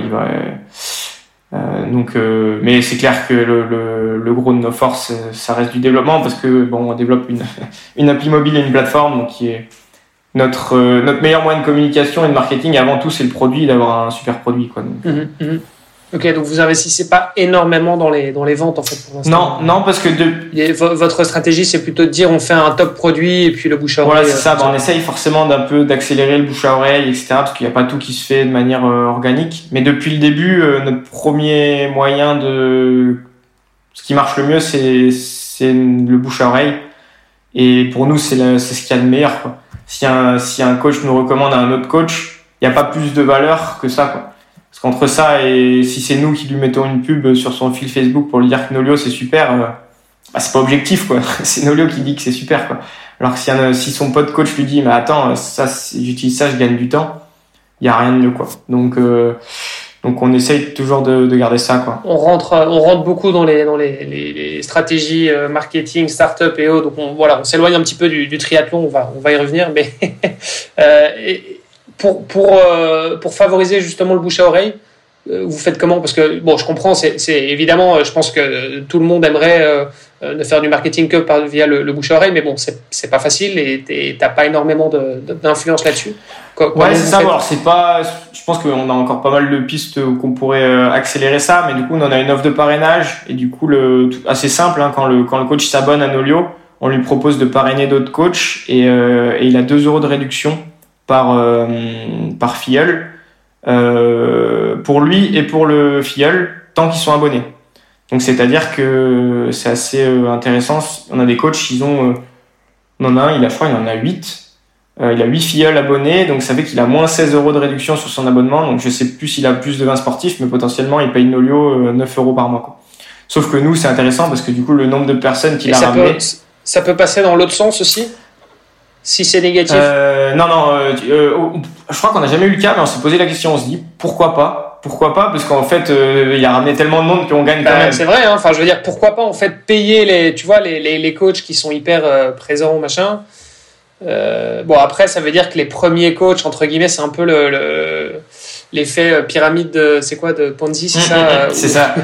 mais c'est clair que le gros de nos forces, ça reste du développement, parce que on développe une appli mobile et une plateforme, donc qui est notre meilleur moyen de communication et de marketing. Avant tout, c'est le produit, d'avoir un super produit, quoi. Donc. Ok, donc vous investissez pas énormément dans les ventes, en fait, pour l'instant. Non, parce que votre stratégie, c'est plutôt de dire on fait un top produit et puis le bouche à oreille. Voilà, c'est ça. On essaye forcément d'accélérer le bouche à oreille, etc., parce qu'il n'y a pas tout qui se fait de manière organique. Mais depuis le début, notre premier moyen ce qui marche le mieux, c'est le bouche à oreille. Et pour nous, c'est ce qu'il y a de meilleur, quoi. Si un coach nous recommande à un autre coach, il n'y a pas plus de valeur que ça, quoi. Parce qu'entre ça, et si c'est nous qui lui mettons une pub sur son fil Facebook pour lui dire que Nolio c'est super, c'est pas objectif, quoi. C'est Nolio qui dit que c'est super, quoi. Alors que si son pote coach lui dit mais attends, j'utilise ça, je gagne du temps, il y a rien de mieux, quoi. Donc on essaye toujours de garder ça, quoi. On rentre beaucoup dans les stratégies marketing, start-up et autres. Donc on s'éloigne un petit peu du triathlon, on va y revenir, mais pour favoriser justement le bouche à oreille, vous faites comment? Parce que je comprends, c'est évidemment, je pense que tout le monde aimerait ne faire du marketing que via le bouche à oreille, mais bon, c'est pas facile, et t'as pas énormément d'influence là-dessus. Ouais, c'est ça. Alors je pense qu'on a encore pas mal de pistes qu'on pourrait accélérer ça, mais du coup on en a une offre de parrainage, et du coup assez simple, hein, quand le coach s'abonne à Nolio, on lui propose de parrainer d'autres coachs, et il a 2 € de réduction par filleul, pour lui et pour le filleul, tant qu'ils sont abonnés. Donc c'est-à-dire que c'est assez intéressant. On a des coachs, on en a un, je crois il en a 8. Il a 8 filleuls abonnés, donc ça fait qu'il a moins 16 € de réduction sur son abonnement. Donc je sais plus s'il a plus de 20 sportifs, mais potentiellement il paye Nolio 9 € par mois, quoi. Sauf que nous, c'est intéressant parce que du coup, le nombre de personnes qu'il a ramené... Ça peut passer dans l'autre sens aussi, si c'est négatif. Non, je crois qu'on n'a jamais eu le cas, mais on s'est posé la question, on se dit pourquoi pas, parce qu'en fait il a ramené tellement de monde qu'on gagne quand même. C'est vrai, hein. Enfin je veux dire, pourquoi pas en fait payer les coachs qui sont hyper présents, machin. Bon après ça veut dire que les premiers coachs entre guillemets c'est un peu l'effet pyramide de Ponzi, c'est ça. C'est ça.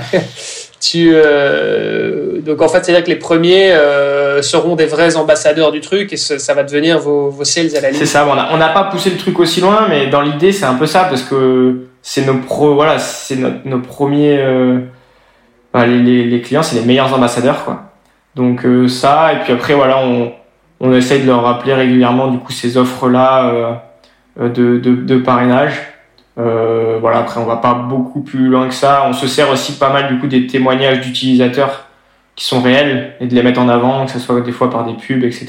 Donc en fait c'est à dire que les premiers seront des vrais ambassadeurs du truc et ça va devenir vos sales à la limite. C'est ça. On n'a pas poussé le truc aussi loin, mais dans l'idée c'est un peu ça parce que c'est nos premiers les clients, c'est les meilleurs ambassadeurs, quoi. Donc ça, et puis après voilà, on essaye de leur rappeler régulièrement du coup ces offres là de parrainage. Voilà, après on va pas beaucoup plus loin que ça. On se sert aussi pas mal du coup des témoignages d'utilisateurs qui sont réels et de les mettre en avant, que ce soit des fois par des pubs, etc.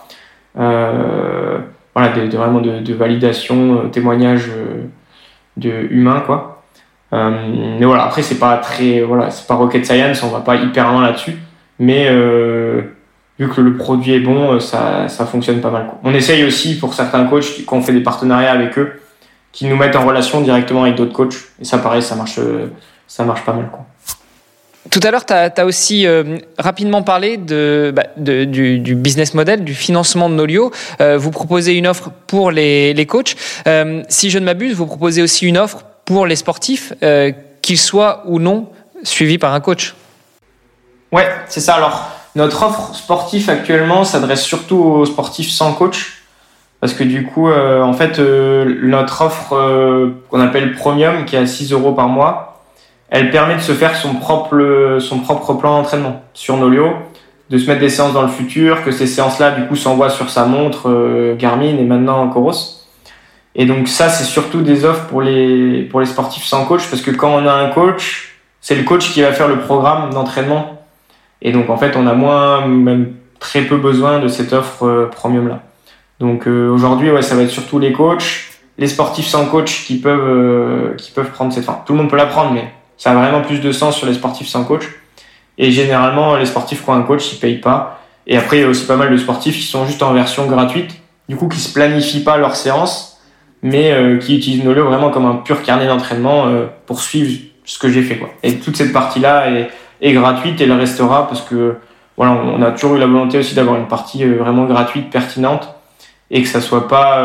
Voilà, vraiment de validation, témoignages humains, quoi. Mais voilà, après c'est pas rocket science, on va pas hyper loin là-dessus, mais vu que le produit est bon, ça fonctionne pas mal, quoi. On essaye aussi pour certains coachs qu'on fait des partenariats avec eux, qui nous mettent en relation directement avec d'autres coachs. Et ça, pareil, ça marche pas mal, quoi. Tout à l'heure, tu as aussi rapidement parlé du business model, du financement de Nolio. Vous proposez une offre pour les coachs. Si je ne m'abuse, vous proposez aussi une offre pour les sportifs, qu'ils soient ou non suivis par un coach. Ouais, c'est ça. Alors, notre offre sportive actuellement s'adresse surtout aux sportifs sans coach. Parce que du coup, en fait, notre offre qu'on appelle Premium, qui est à 6 € par mois, elle permet de se faire son propre plan d'entraînement sur Nolio, de se mettre des séances dans le futur, que ces séances-là, du coup, s'envoient sur sa montre Garmin et maintenant Coros. Et donc ça, c'est surtout des offres pour les sportifs sans coach, parce que quand on a un coach, c'est le coach qui va faire le programme d'entraînement. Et donc, en fait, on a même très peu besoin de cette offre Premium-là. Donc aujourd'hui, ouais, ça va être surtout les coachs, les sportifs sans coach qui peuvent prendre cette fin. Tout le monde peut la prendre, mais ça a vraiment plus de sens sur les sportifs sans coach. Et généralement, les sportifs qui ont un coach, ils payent pas. Et après, il y a aussi pas mal de sportifs qui sont juste en version gratuite, du coup, qui se planifient pas leurs séances, mais qui utilisent Nolio vraiment comme un pur carnet d'entraînement pour suivre ce que j'ai fait, quoi. Et toute cette partie-là est gratuite et elle restera parce que voilà, on a toujours eu la volonté aussi d'avoir une partie vraiment gratuite, pertinente. Et que ça soit pas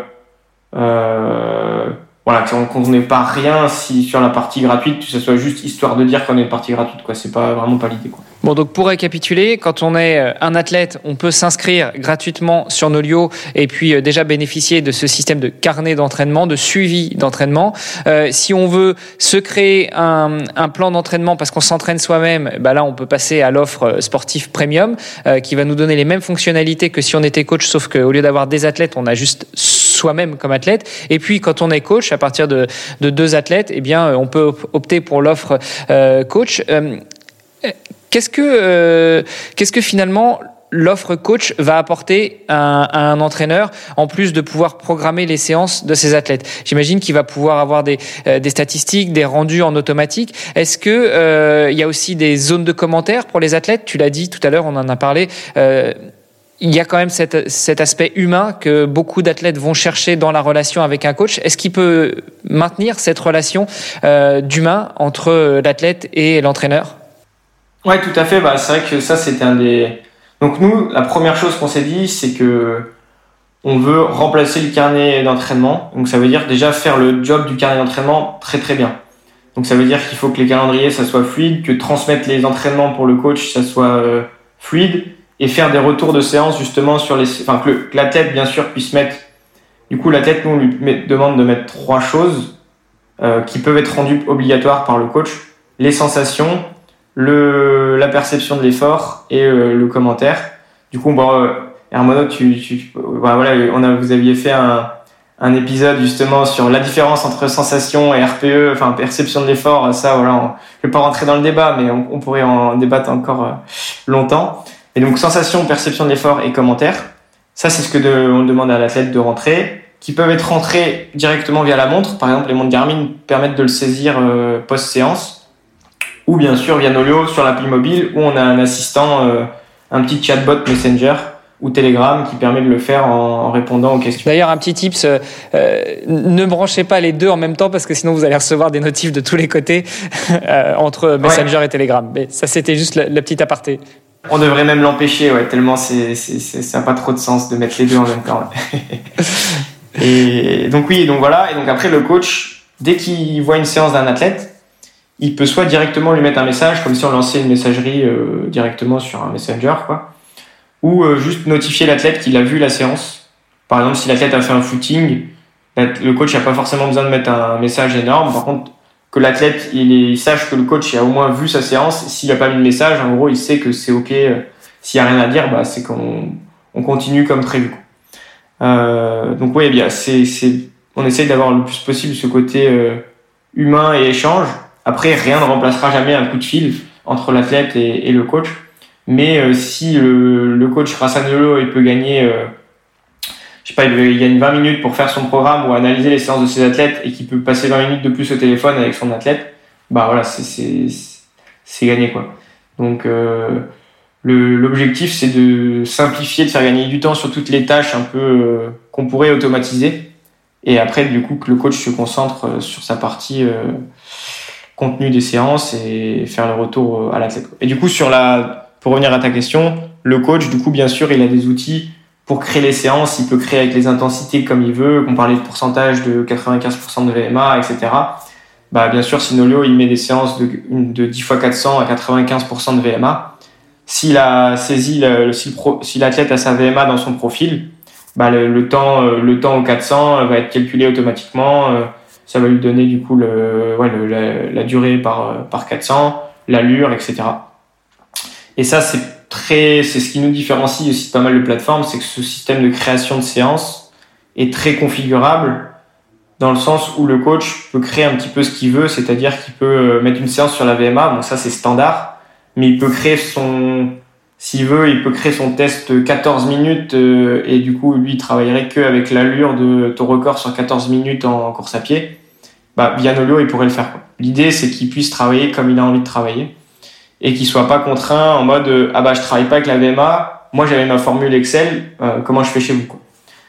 qu'on n'ait pas rien sur la partie gratuite, que ça soit juste histoire de dire qu'on a une partie gratuite, quoi. C'est pas vraiment pas l'idée, quoi. Bon, donc pour récapituler, quand on est un athlète, on peut s'inscrire gratuitement sur Nolio et puis déjà bénéficier de ce système de carnet d'entraînement, de suivi d'entraînement. Si on veut se créer un plan d'entraînement parce qu'on s'entraîne soi-même, là on peut passer à l'offre sportive premium qui va nous donner les mêmes fonctionnalités que si on était coach, sauf qu'au lieu d'avoir des athlètes, on a juste soi-même comme athlète. Et puis quand on est coach, à partir de 2 athlètes, on peut opter pour l'offre coach. Qu'est-ce que finalement l'offre coach va apporter à un entraîneur en plus de pouvoir programmer les séances de ses athlètes? J'imagine qu'il va pouvoir avoir des statistiques, des rendus en automatique. Est-ce que il y a aussi des zones de commentaires pour les athlètes? Tu l'as dit tout à l'heure, on en a parlé. Il y a quand même cet aspect humain que beaucoup d'athlètes vont chercher dans la relation avec un coach. Est-ce qu'il peut maintenir cette relation d'humain entre l'athlète et l'entraîneur? Ouais, tout à fait. C'est vrai que ça, c'était un des... Donc nous, la première chose qu'on s'est dit, c'est que on veut remplacer le carnet d'entraînement. Donc ça veut dire déjà faire le job du carnet d'entraînement très très bien. Donc ça veut dire qu'il faut que les calendriers, ça soit fluide, que transmettre les entraînements pour le coach, ça soit fluide, et faire des retours de séance justement sur que l'athlète bien sûr puisse mettre. Du coup, l'athlète, nous, on lui demande de mettre 3 choses qui peuvent être rendues obligatoires par le coach: les sensations, la perception de l'effort et le commentaire. Du coup, Hermano, vous aviez fait un épisode justement sur la différence entre sensation et RPE, enfin perception de l'effort. Ça, voilà, je vais pas rentrer dans le débat, mais on pourrait en débattre encore longtemps. Et donc sensation, perception de l'effort et commentaire. Ça, c'est ce que on demande à l'athlète de rentrer, qui peuvent être rentrés directement via la montre. Par exemple, les montres Garmin permettent de le saisir post-séance, ou bien sûr via Nolio sur l'appli mobile, où on a un assistant, un petit chatbot Messenger ou Telegram qui permet de le faire en répondant aux questions. D'ailleurs, un petit tips, ne branchez pas les deux en même temps parce que sinon vous allez recevoir des notifs de tous les côtés entre Messenger et Telegram. Mais ça, c'était juste la petite aparté. On devrait même l'empêcher, tellement ça n'a pas trop de sens de mettre les deux en même temps. Et donc voilà. Et donc après, le coach, dès qu'il voit une séance d'un athlète, il peut soit directement lui mettre un message, comme si on lançait une messagerie directement sur un Messenger, quoi. Ou juste notifier l'athlète qu'il a vu la séance. Par exemple, si l'athlète a fait un footing, le coach n'a pas forcément besoin de mettre un message énorme. Par contre, que l'athlète il sache que le coach a au moins vu sa séance. S'il n'a pas mis de message, en gros, il sait que c'est OK. S'il n'y a rien à dire, c'est qu'on continue comme prévu. Donc oui, bien, on essaye d'avoir le plus possible ce côté humain et échange. Après, rien ne remplacera jamais un coup de fil entre l'athlète et le coach. Mais si le coach grâce à Nolio il peut gagner il gagne 20 minutes pour faire son programme ou analyser les séances de ses athlètes et qu'il peut passer 20 minutes de plus au téléphone avec son athlète, voilà, c'est gagné, quoi. Donc l'objectif, c'est de simplifier, de faire gagner du temps sur toutes les tâches un peu qu'on pourrait automatiser, et après du coup que le coach se concentre sur sa partie contenu des séances et faire le retour à l'athlète. Et du coup pour revenir à ta question, le coach, du coup, bien sûr, il a des outils pour créer les séances. Il peut créer avec les intensités comme il veut. On parlait de pourcentage de 95% de VMA, etc. Bien sûr, si Nolio, il met des séances de 10 x 400 à 95% de VMA, s'il a saisi, si l'athlète a sa VMA dans son profil, le temps au 400 va être calculé automatiquement. Ça va lui donner, du coup, la durée par 400, l'allure, etc. Et ça, c'est ce qui nous différencie aussi de pas mal de plateformes, c'est que ce système de création de séances est très configurable dans le sens où le coach peut créer un petit peu ce qu'il veut, c'est-à-dire qu'il peut mettre une séance sur la VMA, donc ça c'est standard, mais il peut créer s'il veut, il peut créer son test 14 minutes et du coup, lui, il travaillerait qu'avec l'allure de ton record sur 14 minutes en course à pied. Via Nolio, il pourrait le faire, quoi. L'idée, c'est qu'il puisse travailler comme il a envie de travailler. Et qu'il soit pas contraint en mode je travaille pas avec la VMA, moi j'avais ma formule Excel, comment je fais chez vous, quoi.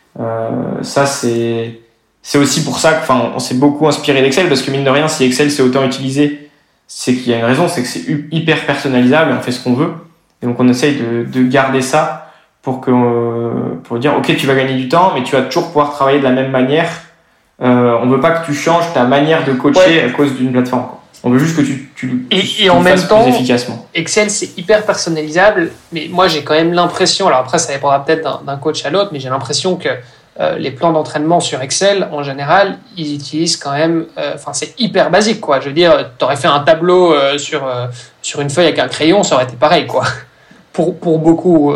Ça c'est aussi pour ça on s'est beaucoup inspiré d'Excel, parce que mine de rien, si Excel c'est autant utilisé, c'est qu'il y a une raison, c'est que c'est hyper personnalisable et on fait ce qu'on veut. Et donc on essaye de garder ça pour dire ok, tu vas gagner du temps, mais tu vas toujours pouvoir travailler de la même manière. On veut pas que tu changes ta manière de coacher à cause d'une plateforme, quoi. On veut juste que tu et en même temps, plus efficacement. Excel, c'est hyper personnalisable, mais moi, j'ai quand même l'impression, alors après, ça dépendra peut-être d'un coach à l'autre, mais j'ai l'impression que les plans d'entraînement sur Excel, en général, ils utilisent quand même... c'est hyper basique, quoi. Je veux dire, t'aurais fait un tableau sur une feuille avec un crayon, ça aurait été pareil, quoi. Pour beaucoup...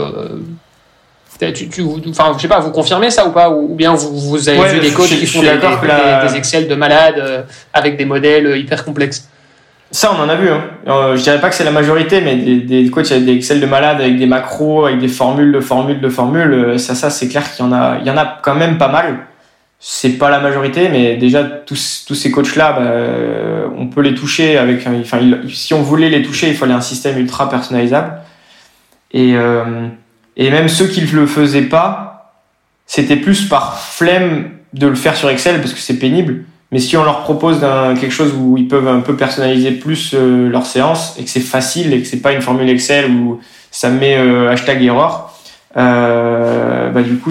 je sais pas, vous confirmez ça ou pas, ou bien vous avez vu des coachs qui font des Excel de malades avec des modèles hyper complexes? Ça, on en a vu. Je dirais pas que c'est la majorité, mais des coachs avec des Excel de malades, avec des macros, avec des formules de formules. Ça, c'est clair qu'il y en a quand même pas mal. C'est pas la majorité, mais déjà tous ces coachs-là, on peut les toucher avec. Si on voulait les toucher, il fallait un système ultra personnalisable. Et même ceux qui ne le faisaient pas, c'était plus par flemme de le faire sur Excel parce que c'est pénible. Mais si on leur propose quelque chose où ils peuvent un peu personnaliser plus leur séance et que c'est facile et que c'est pas une formule Excel où ça met #erreur, du coup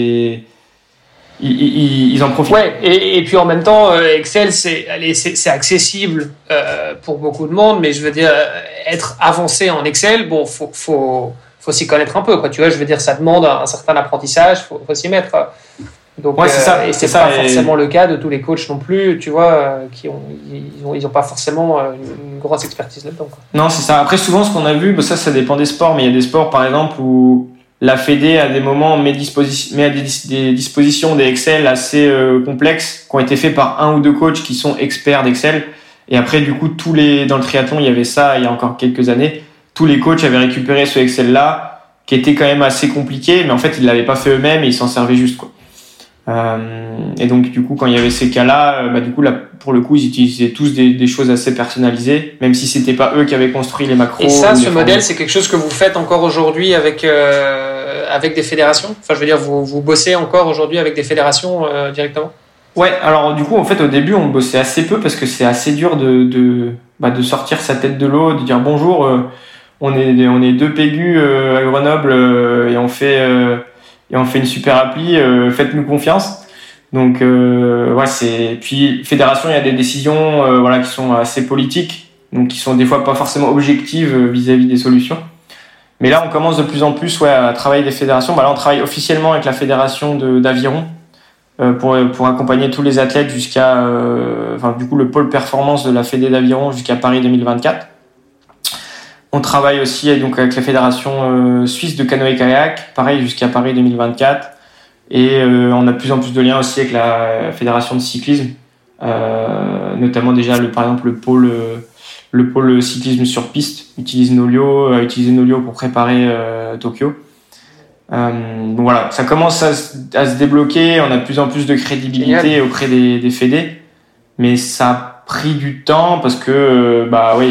ils en profitent. Ouais, et puis en même temps, Excel c'est accessible pour beaucoup de monde, mais je veux dire être avancé en Excel, faut s'y connaître un peu, quoi. Tu vois, je veux dire, ça demande un certain apprentissage, faut s'y mettre. Donc, c'est ça. Et c'est pas forcément le cas de tous les coachs non plus, tu vois, ils ont pas forcément une grosse expertise là-dedans, quoi. Non, c'est ça. Après, souvent, ce qu'on a vu, ça dépend des sports, mais il y a des sports, par exemple, où la Fédé, à des moments, met à des dispositions des Excel assez complexes, qui ont été faits par un ou deux coachs qui sont experts d'Excel. Et après, du coup, dans le triathlon, il y avait ça il y a encore quelques années. Tous les coachs avaient récupéré ce Excel-là, qui était quand même assez compliqué, mais en fait ils l'avaient pas fait eux-mêmes et ils s'en servaient juste, quoi. Et donc du coup quand il y avait ces cas-là, du coup là pour le coup ils utilisaient tous des choses assez personnalisées, même si c'était pas eux qui avaient construit les macros. Et ça, ce modèle, c'est quelque chose que vous faites encore aujourd'hui avec des fédérations. Enfin, je veux dire, vous bossez encore aujourd'hui avec des fédérations directement. Ouais, alors du coup en fait au début on bossait assez peu parce que c'est assez dur de sortir sa tête de l'eau, de dire bonjour, on est deux pégus à Grenoble et on fait une super appli, faites-nous confiance. Donc puis fédération, il y a des décisions qui sont assez politiques, donc qui sont des fois pas forcément objectives vis-à-vis des solutions. Mais là on commence de plus en plus à travailler des fédérations. Là on travaille officiellement avec la fédération d'aviron pour accompagner tous les athlètes jusqu'à le pôle performance de la Fédé d'aviron jusqu'à Paris 2024. On travaille aussi donc avec la fédération suisse de canoë-kayak, pareil jusqu'à Paris 2024. Et on a de plus en plus de liens aussi avec la fédération de cyclisme, notamment déjà par exemple le pôle cyclisme sur piste a utilisé Nolio pour préparer Tokyo. Donc voilà, ça commence à se débloquer, on a de plus en plus de crédibilité auprès des fédés, mais ça a pris du temps parce que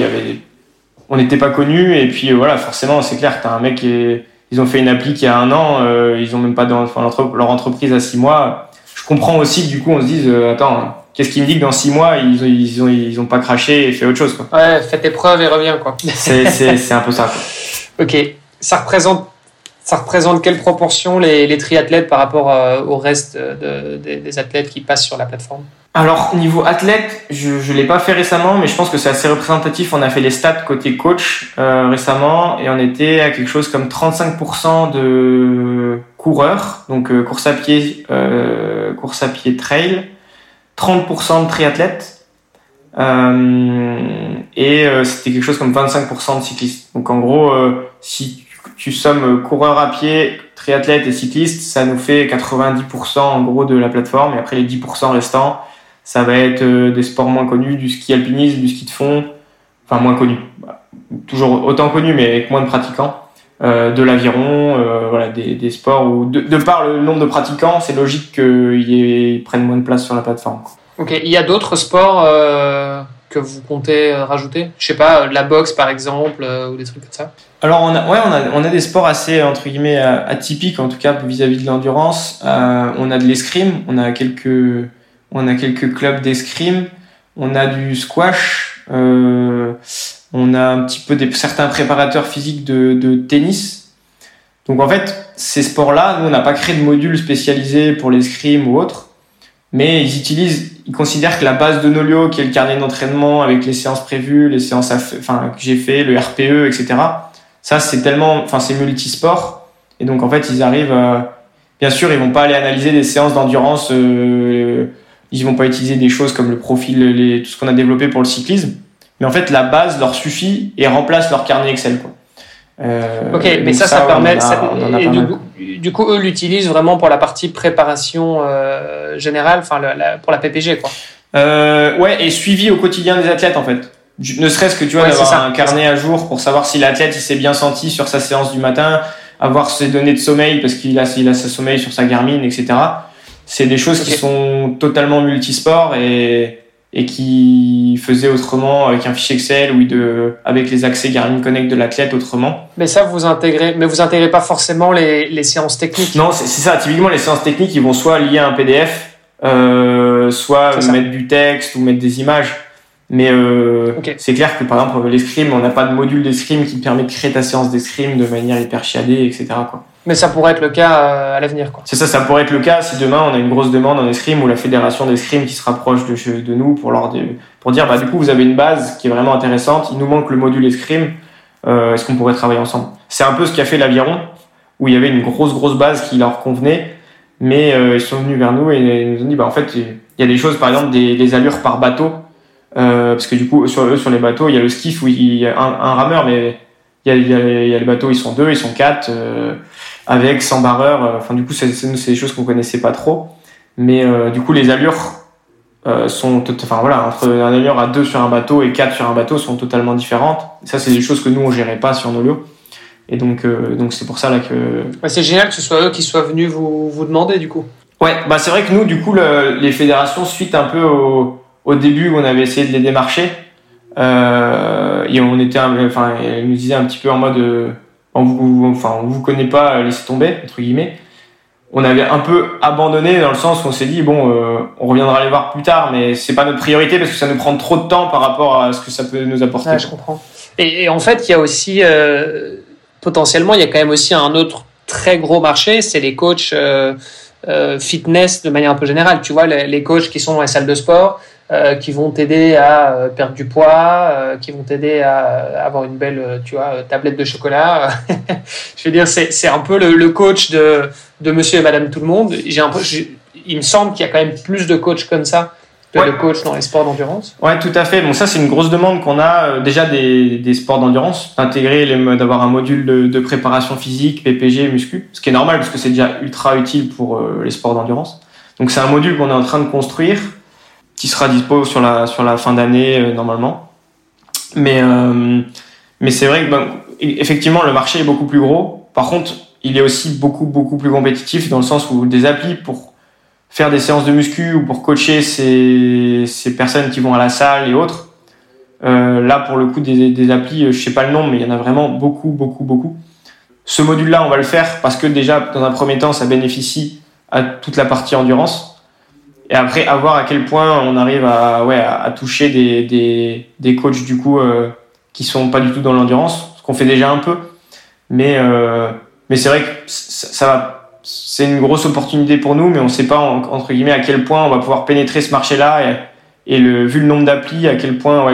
on n'était pas connus et puis forcément c'est clair que t'as un mec ils ont fait une appli qui a 1 an, ils ont même pas leur entreprise à 6 mois. Je comprends aussi que du coup on se dise attends, qu'est-ce qui me dit que dans 6 mois ils ont pas craché et fait autre chose, quoi. Ouais, fais tes preuves et reviens, quoi. C'est un peu ça, quoi. Ok, ça représente quelle proportion les triathlètes par rapport au reste des athlètes qui passent sur la plateforme? Alors, niveau athlète, je l'ai pas fait récemment, mais je pense que c'est assez représentatif. On a fait les stats côté coach récemment et on était à quelque chose comme 35% de coureurs, donc course à pied trail, 30% de triathlètes et c'était quelque chose comme 25% de cyclistes. Donc en gros, si tu sommes coureur à pied, triathlète et cycliste, ça nous fait 90% en gros de la plateforme. Et après les 10% restants, ça va être des sports moins connus, du ski alpinisme, du ski de fond, enfin moins connus, toujours autant connus mais avec moins de pratiquants, de l'aviron, des sports où de par le nombre de pratiquants, c'est logique qu'ils prennent moins de place sur la plateforme. Ok, il y a d'autres sports que vous comptez rajouter? Je sais pas, la boxe par exemple, ou des trucs comme ça? Alors on a des sports assez entre guillemets atypiques en tout cas vis-à-vis de l'endurance. On a de l'escrime, on a quelques clubs d'escrime, on a du squash, on a un petit peu certains préparateurs physiques de tennis. Donc en fait, ces sports-là, nous on n'a pas créé de module spécialisé pour l'escrime ou autre, mais ils considèrent que la base de Nolio, qui est le carnet d'entraînement avec les séances prévues, les séances que j'ai fait, le RPE, etc. Ça c'est c'est multisport et donc en fait ils arrivent bien sûr ils vont pas aller analyser des séances d'endurance, ils vont pas utiliser des choses comme le profil, tout ce qu'on a développé pour le cyclisme, mais en fait la base leur suffit et remplace leur carnet Excel, quoi. Ok, mais ça permet. Du coup, eux l'utilisent vraiment pour la partie préparation générale, pour la PPG, quoi. Ouais, et suivi au quotidien des athlètes en fait. Ne serait-ce que d'avoir un carnet à jour pour savoir si l'athlète il s'est bien senti sur sa séance du matin, avoir ses données de sommeil parce qu'il a sa sommeil sur sa Garmin, etc. C'est des choses qui sont totalement multisports et qui faisaient autrement avec un fichier Excel ou avec les accès Garmin Connect de l'athlète autrement. Mais ça vous intégrez pas forcément les séances techniques. Non, c'est ça. Typiquement les séances techniques, ils vont soit lier à un PDF, soit mettre du texte ou mettre des images. Mais c'est clair que par exemple l'escrime, on n'a pas de module d'escrime qui permet de créer ta séance d'escrime de manière hyper chiadée, etc., quoi. Mais ça pourrait être le cas à l'avenir, quoi. C'est ça pourrait être le cas si demain on a une grosse demande en escrime ou la fédération d'escrime qui se rapproche de nous pour dire du coup vous avez une base qui est vraiment intéressante, il nous manque le module escrime, est-ce qu'on pourrait travailler ensemble? C'est un peu ce qu'a fait l'aviron où il y avait une grosse base qui leur convenait, mais ils sont venus vers nous et ils nous ont dit en fait il y a des choses, par exemple des allures par bateau. Parce que du coup sur les bateaux il y a le skiff où il y a un rameur, mais il y a les bateaux, ils sont 2, ils sont 4 avec 100 barreurs, du coup c'est des choses qu'on connaissait pas trop, mais du coup les allures sont entre un allure à 2 sur un bateau et 4 sur un bateau sont totalement différentes. Ça c'est des choses que nous on gérait pas sur Nolio Et donc c'est pour ça là que... C'est génial que ce soit eux qui soient venus vous demander du coup. Ouais, c'est vrai que nous, du coup, les fédérations, suite un peu au début où on avait essayé de les démarcher, et on était, ils nous disaient un petit peu en mode, on vous connaît pas, laissez tomber, entre guillemets. On avait un peu abandonné dans le sens où on s'est dit, on reviendra les voir plus tard, mais c'est pas notre priorité parce que ça nous prend trop de temps par rapport à ce que ça peut nous apporter. Ouais, je comprends. Et en fait, il y a aussi, potentiellement, il y a quand même aussi un autre très gros marché, c'est les coachs, fitness de manière un peu générale, tu vois, les coachs qui sont dans les salles de sport, qui vont t'aider à perdre du poids, qui vont t'aider à avoir une belle, tablette de chocolat. Je veux dire, c'est un peu le coach de monsieur et madame tout le monde. Il me semble qu'il y a quand même plus de coachs comme ça que de coachs dans les sports d'endurance. Ouais, tout à fait. Bon, ça, c'est une grosse demande qu'on a déjà des sports d'endurance, d'avoir un module de préparation physique, PPG, muscu, ce qui est normal parce que c'est déjà ultra utile pour les sports d'endurance. Donc, c'est un module qu'on est en train de construire, qui sera dispo sur la fin d'année normalement. Mais c'est vrai que effectivement, le marché est beaucoup plus gros. Par contre, il est aussi beaucoup, beaucoup plus compétitif dans le sens où des applis pour faire des séances de muscu ou pour coacher ces personnes qui vont à la salle et autres. Là, pour le coup, des applis, je sais pas le nom, mais il y en a vraiment beaucoup, beaucoup, beaucoup. Ce module-là, on va le faire parce que déjà, dans un premier temps, ça bénéficie à toute la partie endurance. Et après, à voir à quel point on arrive à toucher des coachs, du coup, qui sont pas du tout dans l'endurance, ce qu'on fait déjà un peu. Mais c'est vrai que ça va. C'est une grosse opportunité pour nous, mais on ne sait pas, entre guillemets, à quel point on va pouvoir pénétrer ce marché-là et vu le nombre d'applis, à quel point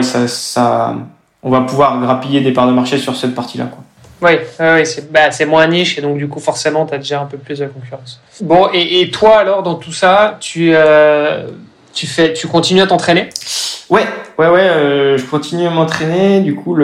on va pouvoir grappiller des parts de marché sur cette partie-là, quoi. Oui, c'est moins niche et donc du coup forcément tu as déjà un peu plus de concurrence. Bon, et toi alors dans tout ça, tu continues à t'entraîner ? Ouais, je continue à m'entraîner. Du coup,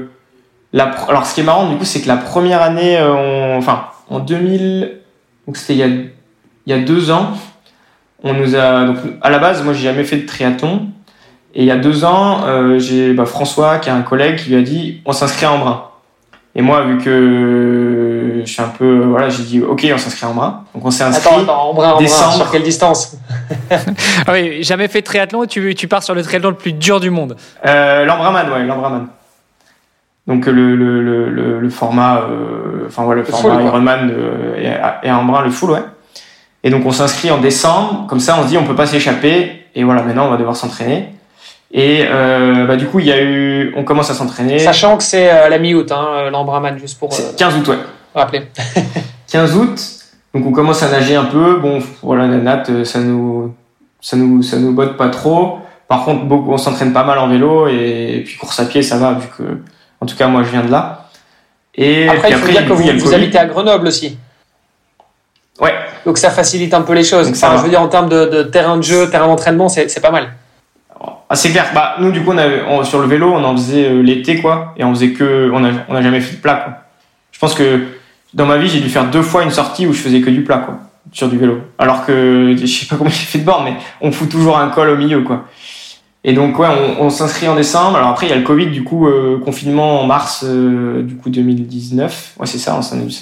alors ce qui est marrant du coup, c'est que la première année, en 2000, donc c'était il y a 2 ans, on nous a, donc à la base, moi j'ai jamais fait de triathlon, et il y a 2 ans, j'ai François qui est un collègue qui lui a dit on s'inscrit à Embrun. Et moi, vu que je suis un peu, j'ai dit ok, on s'inscrit à Embrun. Donc on s'est inscrit. Attends, Embrun, sur quelle distance? Ah oui, jamais fait de triathlon, tu pars sur le triathlon le plus dur du monde. L'Embrunman. Donc le format, le format Ironman et Embrun, le full, ouais. Et donc on s'inscrit en décembre, comme ça on se dit on peut pas s'échapper. Et voilà, maintenant on va devoir s'entraîner. Et du coup on commence à s'entraîner. Sachant que c'est à la mi-août, l'Embrunman, juste pour. C'est 15 août, ouais. Rappeler. 15 août. Donc on commence à nager un peu. Bon, voilà, la natte, ça nous botte pas trop. Par contre, on s'entraîne pas mal en vélo et puis course à pied, ça va vu que, en tout cas, moi je viens de là. Et après, il faut dire que vous habitez à Grenoble aussi. Ouais. Donc ça facilite un peu les choses. Enfin, je veux dire en termes de terrain de jeu, terrain d'entraînement, c'est pas mal. Ah, c'est clair. Nous, du coup, sur le vélo, on en faisait l'été, quoi, et on n'a jamais fait de plat, quoi. Je pense que dans ma vie, j'ai dû faire 2 fois une sortie où je faisais que du plat, quoi, sur du vélo. Alors que je sais pas comment j'ai fait de bord, mais on fout toujours un col au milieu, quoi. Et donc, ouais, on s'inscrit en décembre. Alors après, il y a le Covid, du coup, confinement en mars, du coup, 2019. Ouais, c'est ça,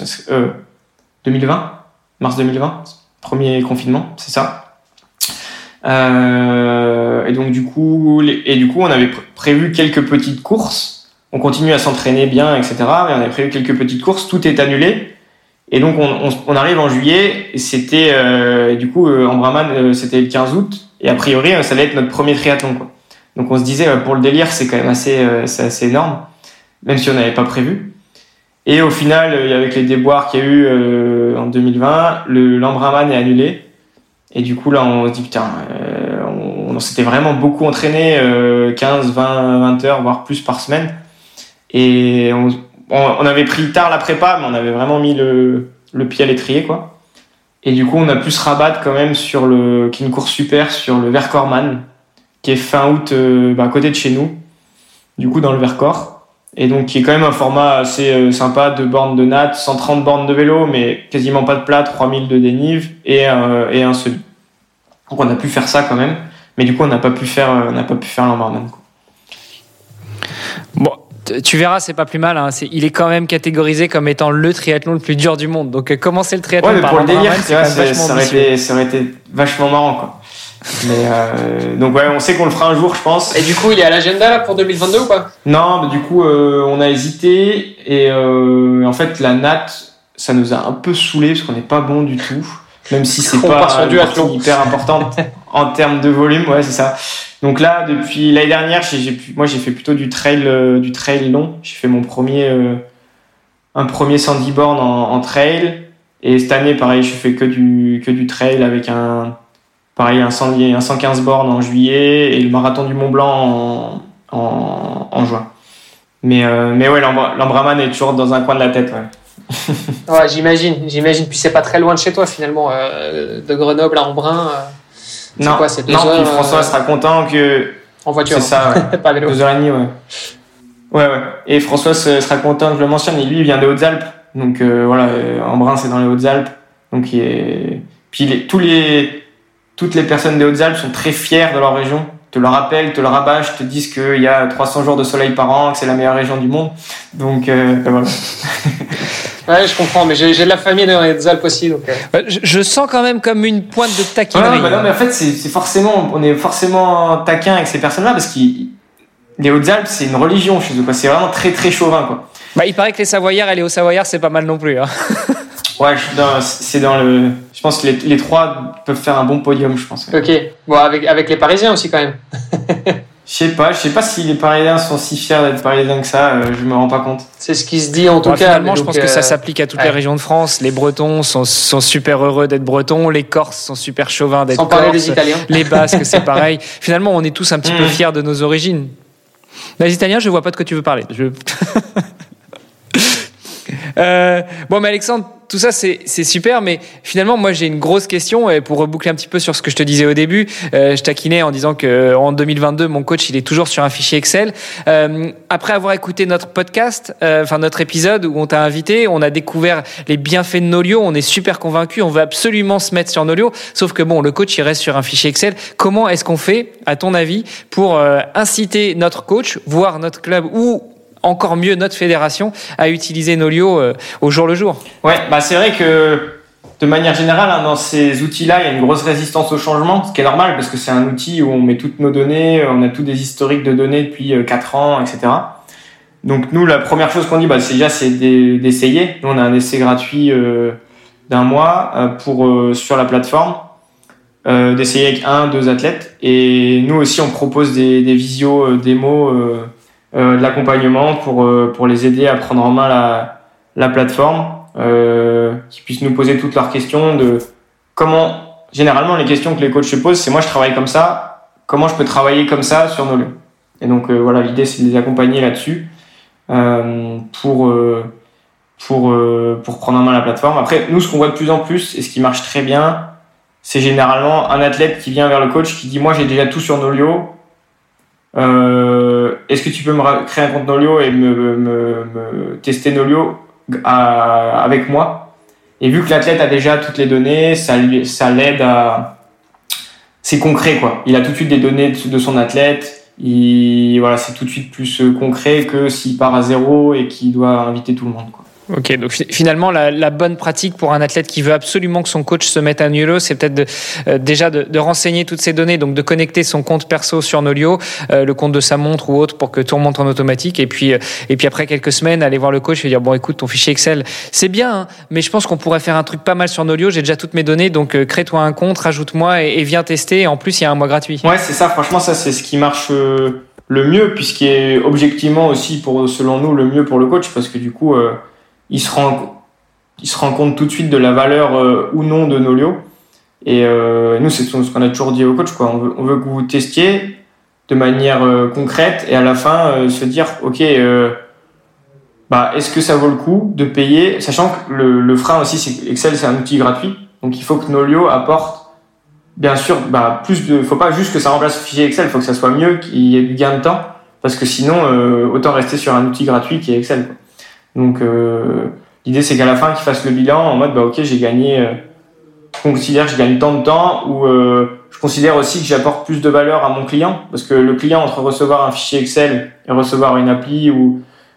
2020. Mars 2020. Premier confinement, c'est ça. Et donc du coup, on avait prévu quelques petites courses. On continue à s'entraîner bien, etc. Mais on avait prévu quelques petites courses. Tout est annulé. Et donc on arrive en juillet. Et c'était Embrunman, c'était le 15 août. Et a priori, ça allait être notre premier triathlon, quoi. Donc on se disait pour le délire, c'est quand même assez énorme, même si on n'avait pas prévu. Et au final, avec les déboires qu'il y a eu en 2020, l'Embrunman est annulé. Et du coup, là, on se dit, putain, on s'était vraiment beaucoup entraîné, 15, 20 heures, voire plus par semaine. Et on avait pris tard la prépa, mais on avait vraiment mis le pied à l'étrier, quoi. Et du coup, on a pu se rabattre quand même qui est une course super, sur le Vercors-Man, qui est fin août, à côté de chez nous, du coup, dans le Vercors. Et donc, qui est quand même un format assez sympa, 2 bornes de natte, 130 bornes de vélo, mais quasiment pas de plat, 3000 de dénive et un semi. Donc, on a pu faire ça quand même, mais du coup, on n'a pas pu faire l'Embrunman, quoi. Bon, Tu verras, c'est pas plus mal. Hein. Il est quand même catégorisé comme étant le triathlon le plus dur du monde. Donc commencer le triathlon par pour le délire, ça aurait été vachement marrant, quoi. Mais donc ouais, on sait qu'on le fera un jour, je pense. Et du coup, il est à l'agenda là pour 2022 ou pas? Non, mais du coup, on a hésité et en fait, la natte, ça nous a un peu saoulé parce qu'on n'est pas bon du tout, même si c'est pas une partie hyper importante en termes de volume. Ouais, c'est ça. Donc là, depuis l'année dernière, j'ai fait plutôt du trail long. J'ai fait un premier 110 bornes en trail. Et cette année, pareil, je fais que du trail avec un 115 bornes en juillet et le marathon du Mont Blanc en juin. Mais ouais, l'Embraman est toujours dans un coin de la tête, ouais. Ouais, j'imagine. Puis c'est pas très loin de chez toi finalement, de Grenoble à Embrun. Non, quoi, c'est 2 heures, puis François sera content que... En voiture. C'est ça, ouais. Pas vélo. 2h30, ouais. Ouais. Et François sera content que je le mentionne. Et lui, il vient des Hautes-Alpes. Donc voilà, Embrun, c'est dans les Hautes-Alpes. Donc, puis toutes les personnes des Hautes-Alpes sont très fières de leur région. Te le rappellent, te le rabâchent, te disent qu'il y a 300 jours de soleil par an, que c'est la meilleure région du monde. Donc voilà. Ouais, je comprends, mais j'ai de la famille dans les Alpes aussi, donc. Je sens quand même comme une pointe de taquinerie. Non, mais en fait, on est forcément taquin avec ces personnes-là parce que les Hautes-Alpes, c'est une religion chez eux, quoi. C'est vraiment très très chauvin, quoi. Bah, il paraît que les Savoyards et les Hauts-Savoyards, c'est pas mal non plus, hein. Ouais, je pense que les trois peuvent faire un bon podium, je pense. Ok. Bon, avec les Parisiens aussi, quand même. Je sais pas si les Parisiens sont si fiers d'être Parisiens que ça, je me rends pas compte. C'est ce qui se dit en tout cas. Finalement, je pense que ça s'applique à toutes les régions de France. Les Bretons sont super heureux d'être Bretons, les Corses sont super chauvins d'être Corses. Sans parler des Italiens. Les Basques, c'est pareil. Finalement, on est tous un petit peu fiers de nos origines. Les Italiens, je vois pas de quoi tu veux parler. Bon, mais Alexandre, tout ça c'est super, mais finalement moi j'ai une grosse question, et pour reboucler un petit peu sur ce que je te disais au début, je taquinais en disant que en 2022 mon coach il est toujours sur un fichier Excel. Après avoir écouté notre podcast, notre épisode où on t'a invité, on a découvert les bienfaits de Nolio, on est super convaincus, on veut absolument se mettre sur Nolio, sauf que bon, le coach il reste sur un fichier Excel. Comment est-ce qu'on fait, à ton avis, pour inciter notre coach, voire notre club ou encore mieux notre fédération à utiliser Nolio au jour le jour? Ouais, bah c'est vrai que de manière générale, hein, dans ces outils-là, il y a une grosse résistance au changement, ce qui est normal parce que c'est un outil où on met toutes nos données, on a tous des historiques de données depuis 4 ans, etc. Donc nous, la première chose qu'on dit, c'est d'essayer. Nous, on a un essai gratuit d'1 mois sur la plateforme, d'essayer avec 1-2 athlètes. Et nous aussi, on propose des visios démos de l'accompagnement pour les aider à prendre en main la plateforme, qu'ils puissent nous poser toutes leurs questions généralement les questions que les coachs se posent, c'est moi je travaille comme ça, comment je peux travailler comme ça sur Nolio. Et donc voilà, l'idée c'est de les accompagner là-dessus pour prendre en main la plateforme. Après nous, ce qu'on voit de plus en plus et ce qui marche très bien, c'est généralement un athlète qui vient vers le coach qui dit moi j'ai déjà tout sur Nolio, est-ce que tu peux me créer un compte Nolio et me tester Nolio avec moi? Et vu que l'athlète a déjà toutes les données, ça l'aide à... C'est concret, quoi. Il a tout de suite des données de son athlète. C'est tout de suite plus concret que s'il part à zéro et qu'il doit inviter tout le monde, quoi. Ok, donc finalement la bonne pratique pour un athlète qui veut absolument que son coach se mette à Nolio, c'est peut-être déjà de renseigner toutes ces données, donc de connecter son compte perso sur Nolio, le compte de sa montre ou autre, pour que tout remonte en automatique, et puis après quelques semaines aller voir le coach et dire bon écoute, ton fichier Excel c'est bien, hein, mais je pense qu'on pourrait faire un truc pas mal sur Nolio, j'ai déjà toutes mes données, donc crée-toi un compte, rajoute-moi et viens tester, et en plus il y a 1 mois gratuit. Ouais, c'est ça, franchement ça c'est ce qui marche le mieux, puisqu'il est objectivement aussi selon nous le mieux pour le coach, parce que du coup il se rend compte tout de suite de la valeur ou non de Nolio. Et nous, c'est ce qu'on a toujours dit au coach, quoi. On veut que vous testiez de manière concrète et à la fin se dire ok, est-ce que ça vaut le coup de payer, sachant que le frein aussi, c'est que Excel c'est un outil gratuit, donc il faut que Nolio apporte bien sûr faut pas juste que ça remplace le fichier Excel, il faut que ça soit mieux, qu'il y ait du gain de temps, parce que sinon autant rester sur un outil gratuit qui est Excel, quoi. Donc l'idée c'est qu'à la fin qu'ils fassent le bilan en mode ok, j'ai gagné, je considère que je gagne tant de temps, ou je considère aussi que j'apporte plus de valeur à mon client, parce que le client, entre recevoir un fichier Excel et recevoir une appli ou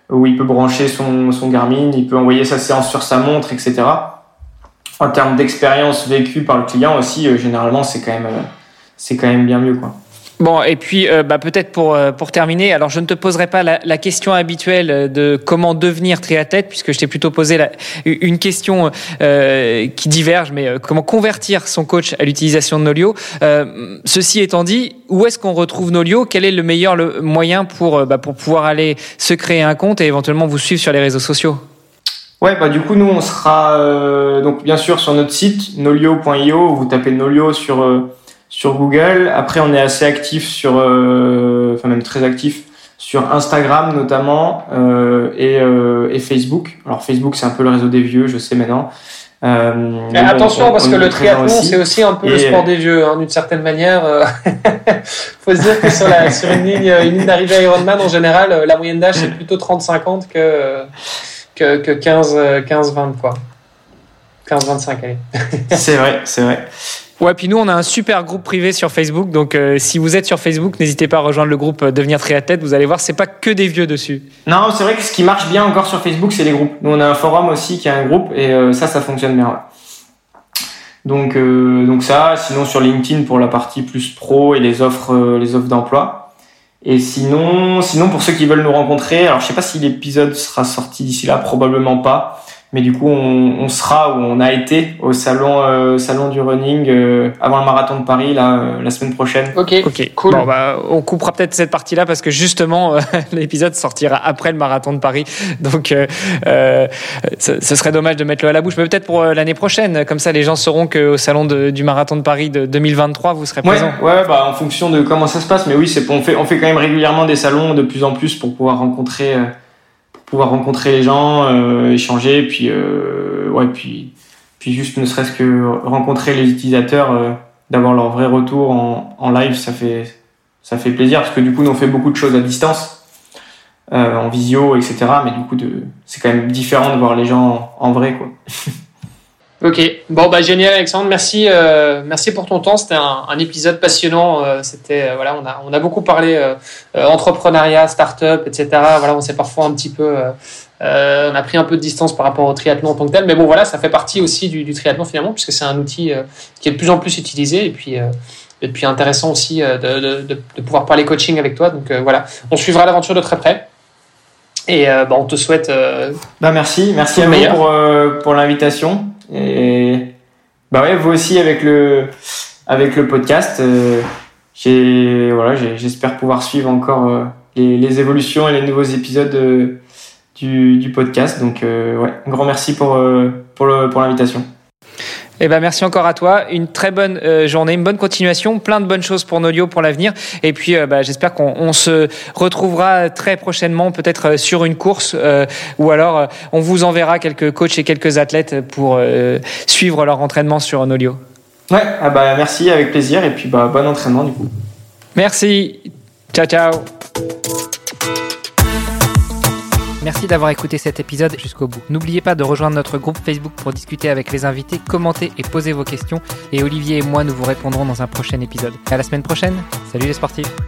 où il peut brancher son Garmin, il peut envoyer sa séance sur sa montre, etc. En termes d'expérience vécue par le client aussi, généralement, c'est quand même bien mieux, quoi. Bon, et puis peut-être pour terminer, alors je ne te poserai pas la question habituelle de comment devenir triathlète, puisque je t'ai plutôt posé une question qui diverge, mais comment convertir son coach à l'utilisation de Nolio. Ceci étant dit, où est-ce qu'on retrouve Nolio ? Quel est le meilleur moyen pour pouvoir aller se créer un compte et éventuellement vous suivre sur les réseaux sociaux ? Ouais, du coup, nous, on sera donc bien sûr sur notre site, nolio.io, vous tapez Nolio sur Google. Après, on est assez actif même très actif sur Instagram notamment et Facebook. Alors Facebook, c'est un peu le réseau des vieux, je sais maintenant. Attention, parce que le triathlon, c'est aussi un peu le sport des vieux, hein, d'une certaine manière. Faut se dire que sur une ligne d'arrivée Ironman, en général, la moyenne d'âge, c'est plutôt 30-50 que 15-20, quoi. 15-25, allez. C'est vrai. Ouais, puis nous, on a un super groupe privé sur Facebook. Donc, si vous êtes sur Facebook, n'hésitez pas à rejoindre le groupe Devenir Triathlète. Vous allez voir, c'est pas que des vieux dessus. Non, c'est vrai que ce qui marche bien encore sur Facebook, c'est les groupes. Nous, on a un forum aussi qui a un groupe et ça fonctionne bien. Ouais. Donc ça. Sinon, sur LinkedIn pour la partie plus pro et les offres d'emploi. Et sinon, pour ceux qui veulent nous rencontrer, alors je sais pas si l'épisode sera sorti d'ici là, probablement pas. Mais du coup, on a été au salon du running avant le marathon de Paris la semaine prochaine. Ok, cool. Bon, on coupera peut-être cette partie-là parce que justement l'épisode sortira après le marathon de Paris. Donc, ce serait dommage de mettre l'eau à la bouche. Mais peut-être pour l'année prochaine, comme ça, les gens sauront qu'au salon du marathon de Paris de 2023, vous serez présents. Ouais, en fonction de comment ça se passe. Mais oui, on fait quand même régulièrement des salons de plus en plus pour pouvoir rencontrer les gens, échanger, puis juste ne serait-ce que rencontrer les utilisateurs, d'avoir leur vrai retour en live, ça fait plaisir parce que du coup nous on fait beaucoup de choses à distance, en visio, etc. Mais du coup c'est quand même différent de voir les gens en vrai, quoi. Ok, bon génial Alexandre, merci pour ton temps. C'était un épisode passionnant. On a beaucoup parlé entrepreneuriat, start-up, etc. Voilà, on s'est parfois un petit peu, on a pris un peu de distance par rapport au triathlon en tant que tel, mais bon voilà, ça fait partie aussi du triathlon finalement, puisque c'est un outil qui est de plus en plus utilisé et puis intéressant aussi de pouvoir parler coaching avec toi. Donc voilà, on suivra l'aventure de très près. Et on te souhaite. Merci à vous pour l'invitation. Et vous aussi avec le podcast. J'espère pouvoir suivre encore les évolutions et les nouveaux épisodes du podcast. Donc un grand merci pour l'invitation. Merci encore à toi. Une très bonne journée, une bonne continuation, plein de bonnes choses pour Nolio pour l'avenir. Et puis, j'espère qu'on se retrouvera très prochainement, peut-être sur une course, ou alors on vous enverra quelques coachs et quelques athlètes pour suivre leur entraînement sur Nolio. Ouais, merci, avec plaisir. Et puis, bon entraînement du coup. Merci. Ciao. Merci d'avoir écouté cet épisode jusqu'au bout. N'oubliez pas de rejoindre notre groupe Facebook pour discuter avec les invités, commenter et poser vos questions. Et Olivier et moi, nous vous répondrons dans un prochain épisode. À la semaine prochaine. Salut les sportifs.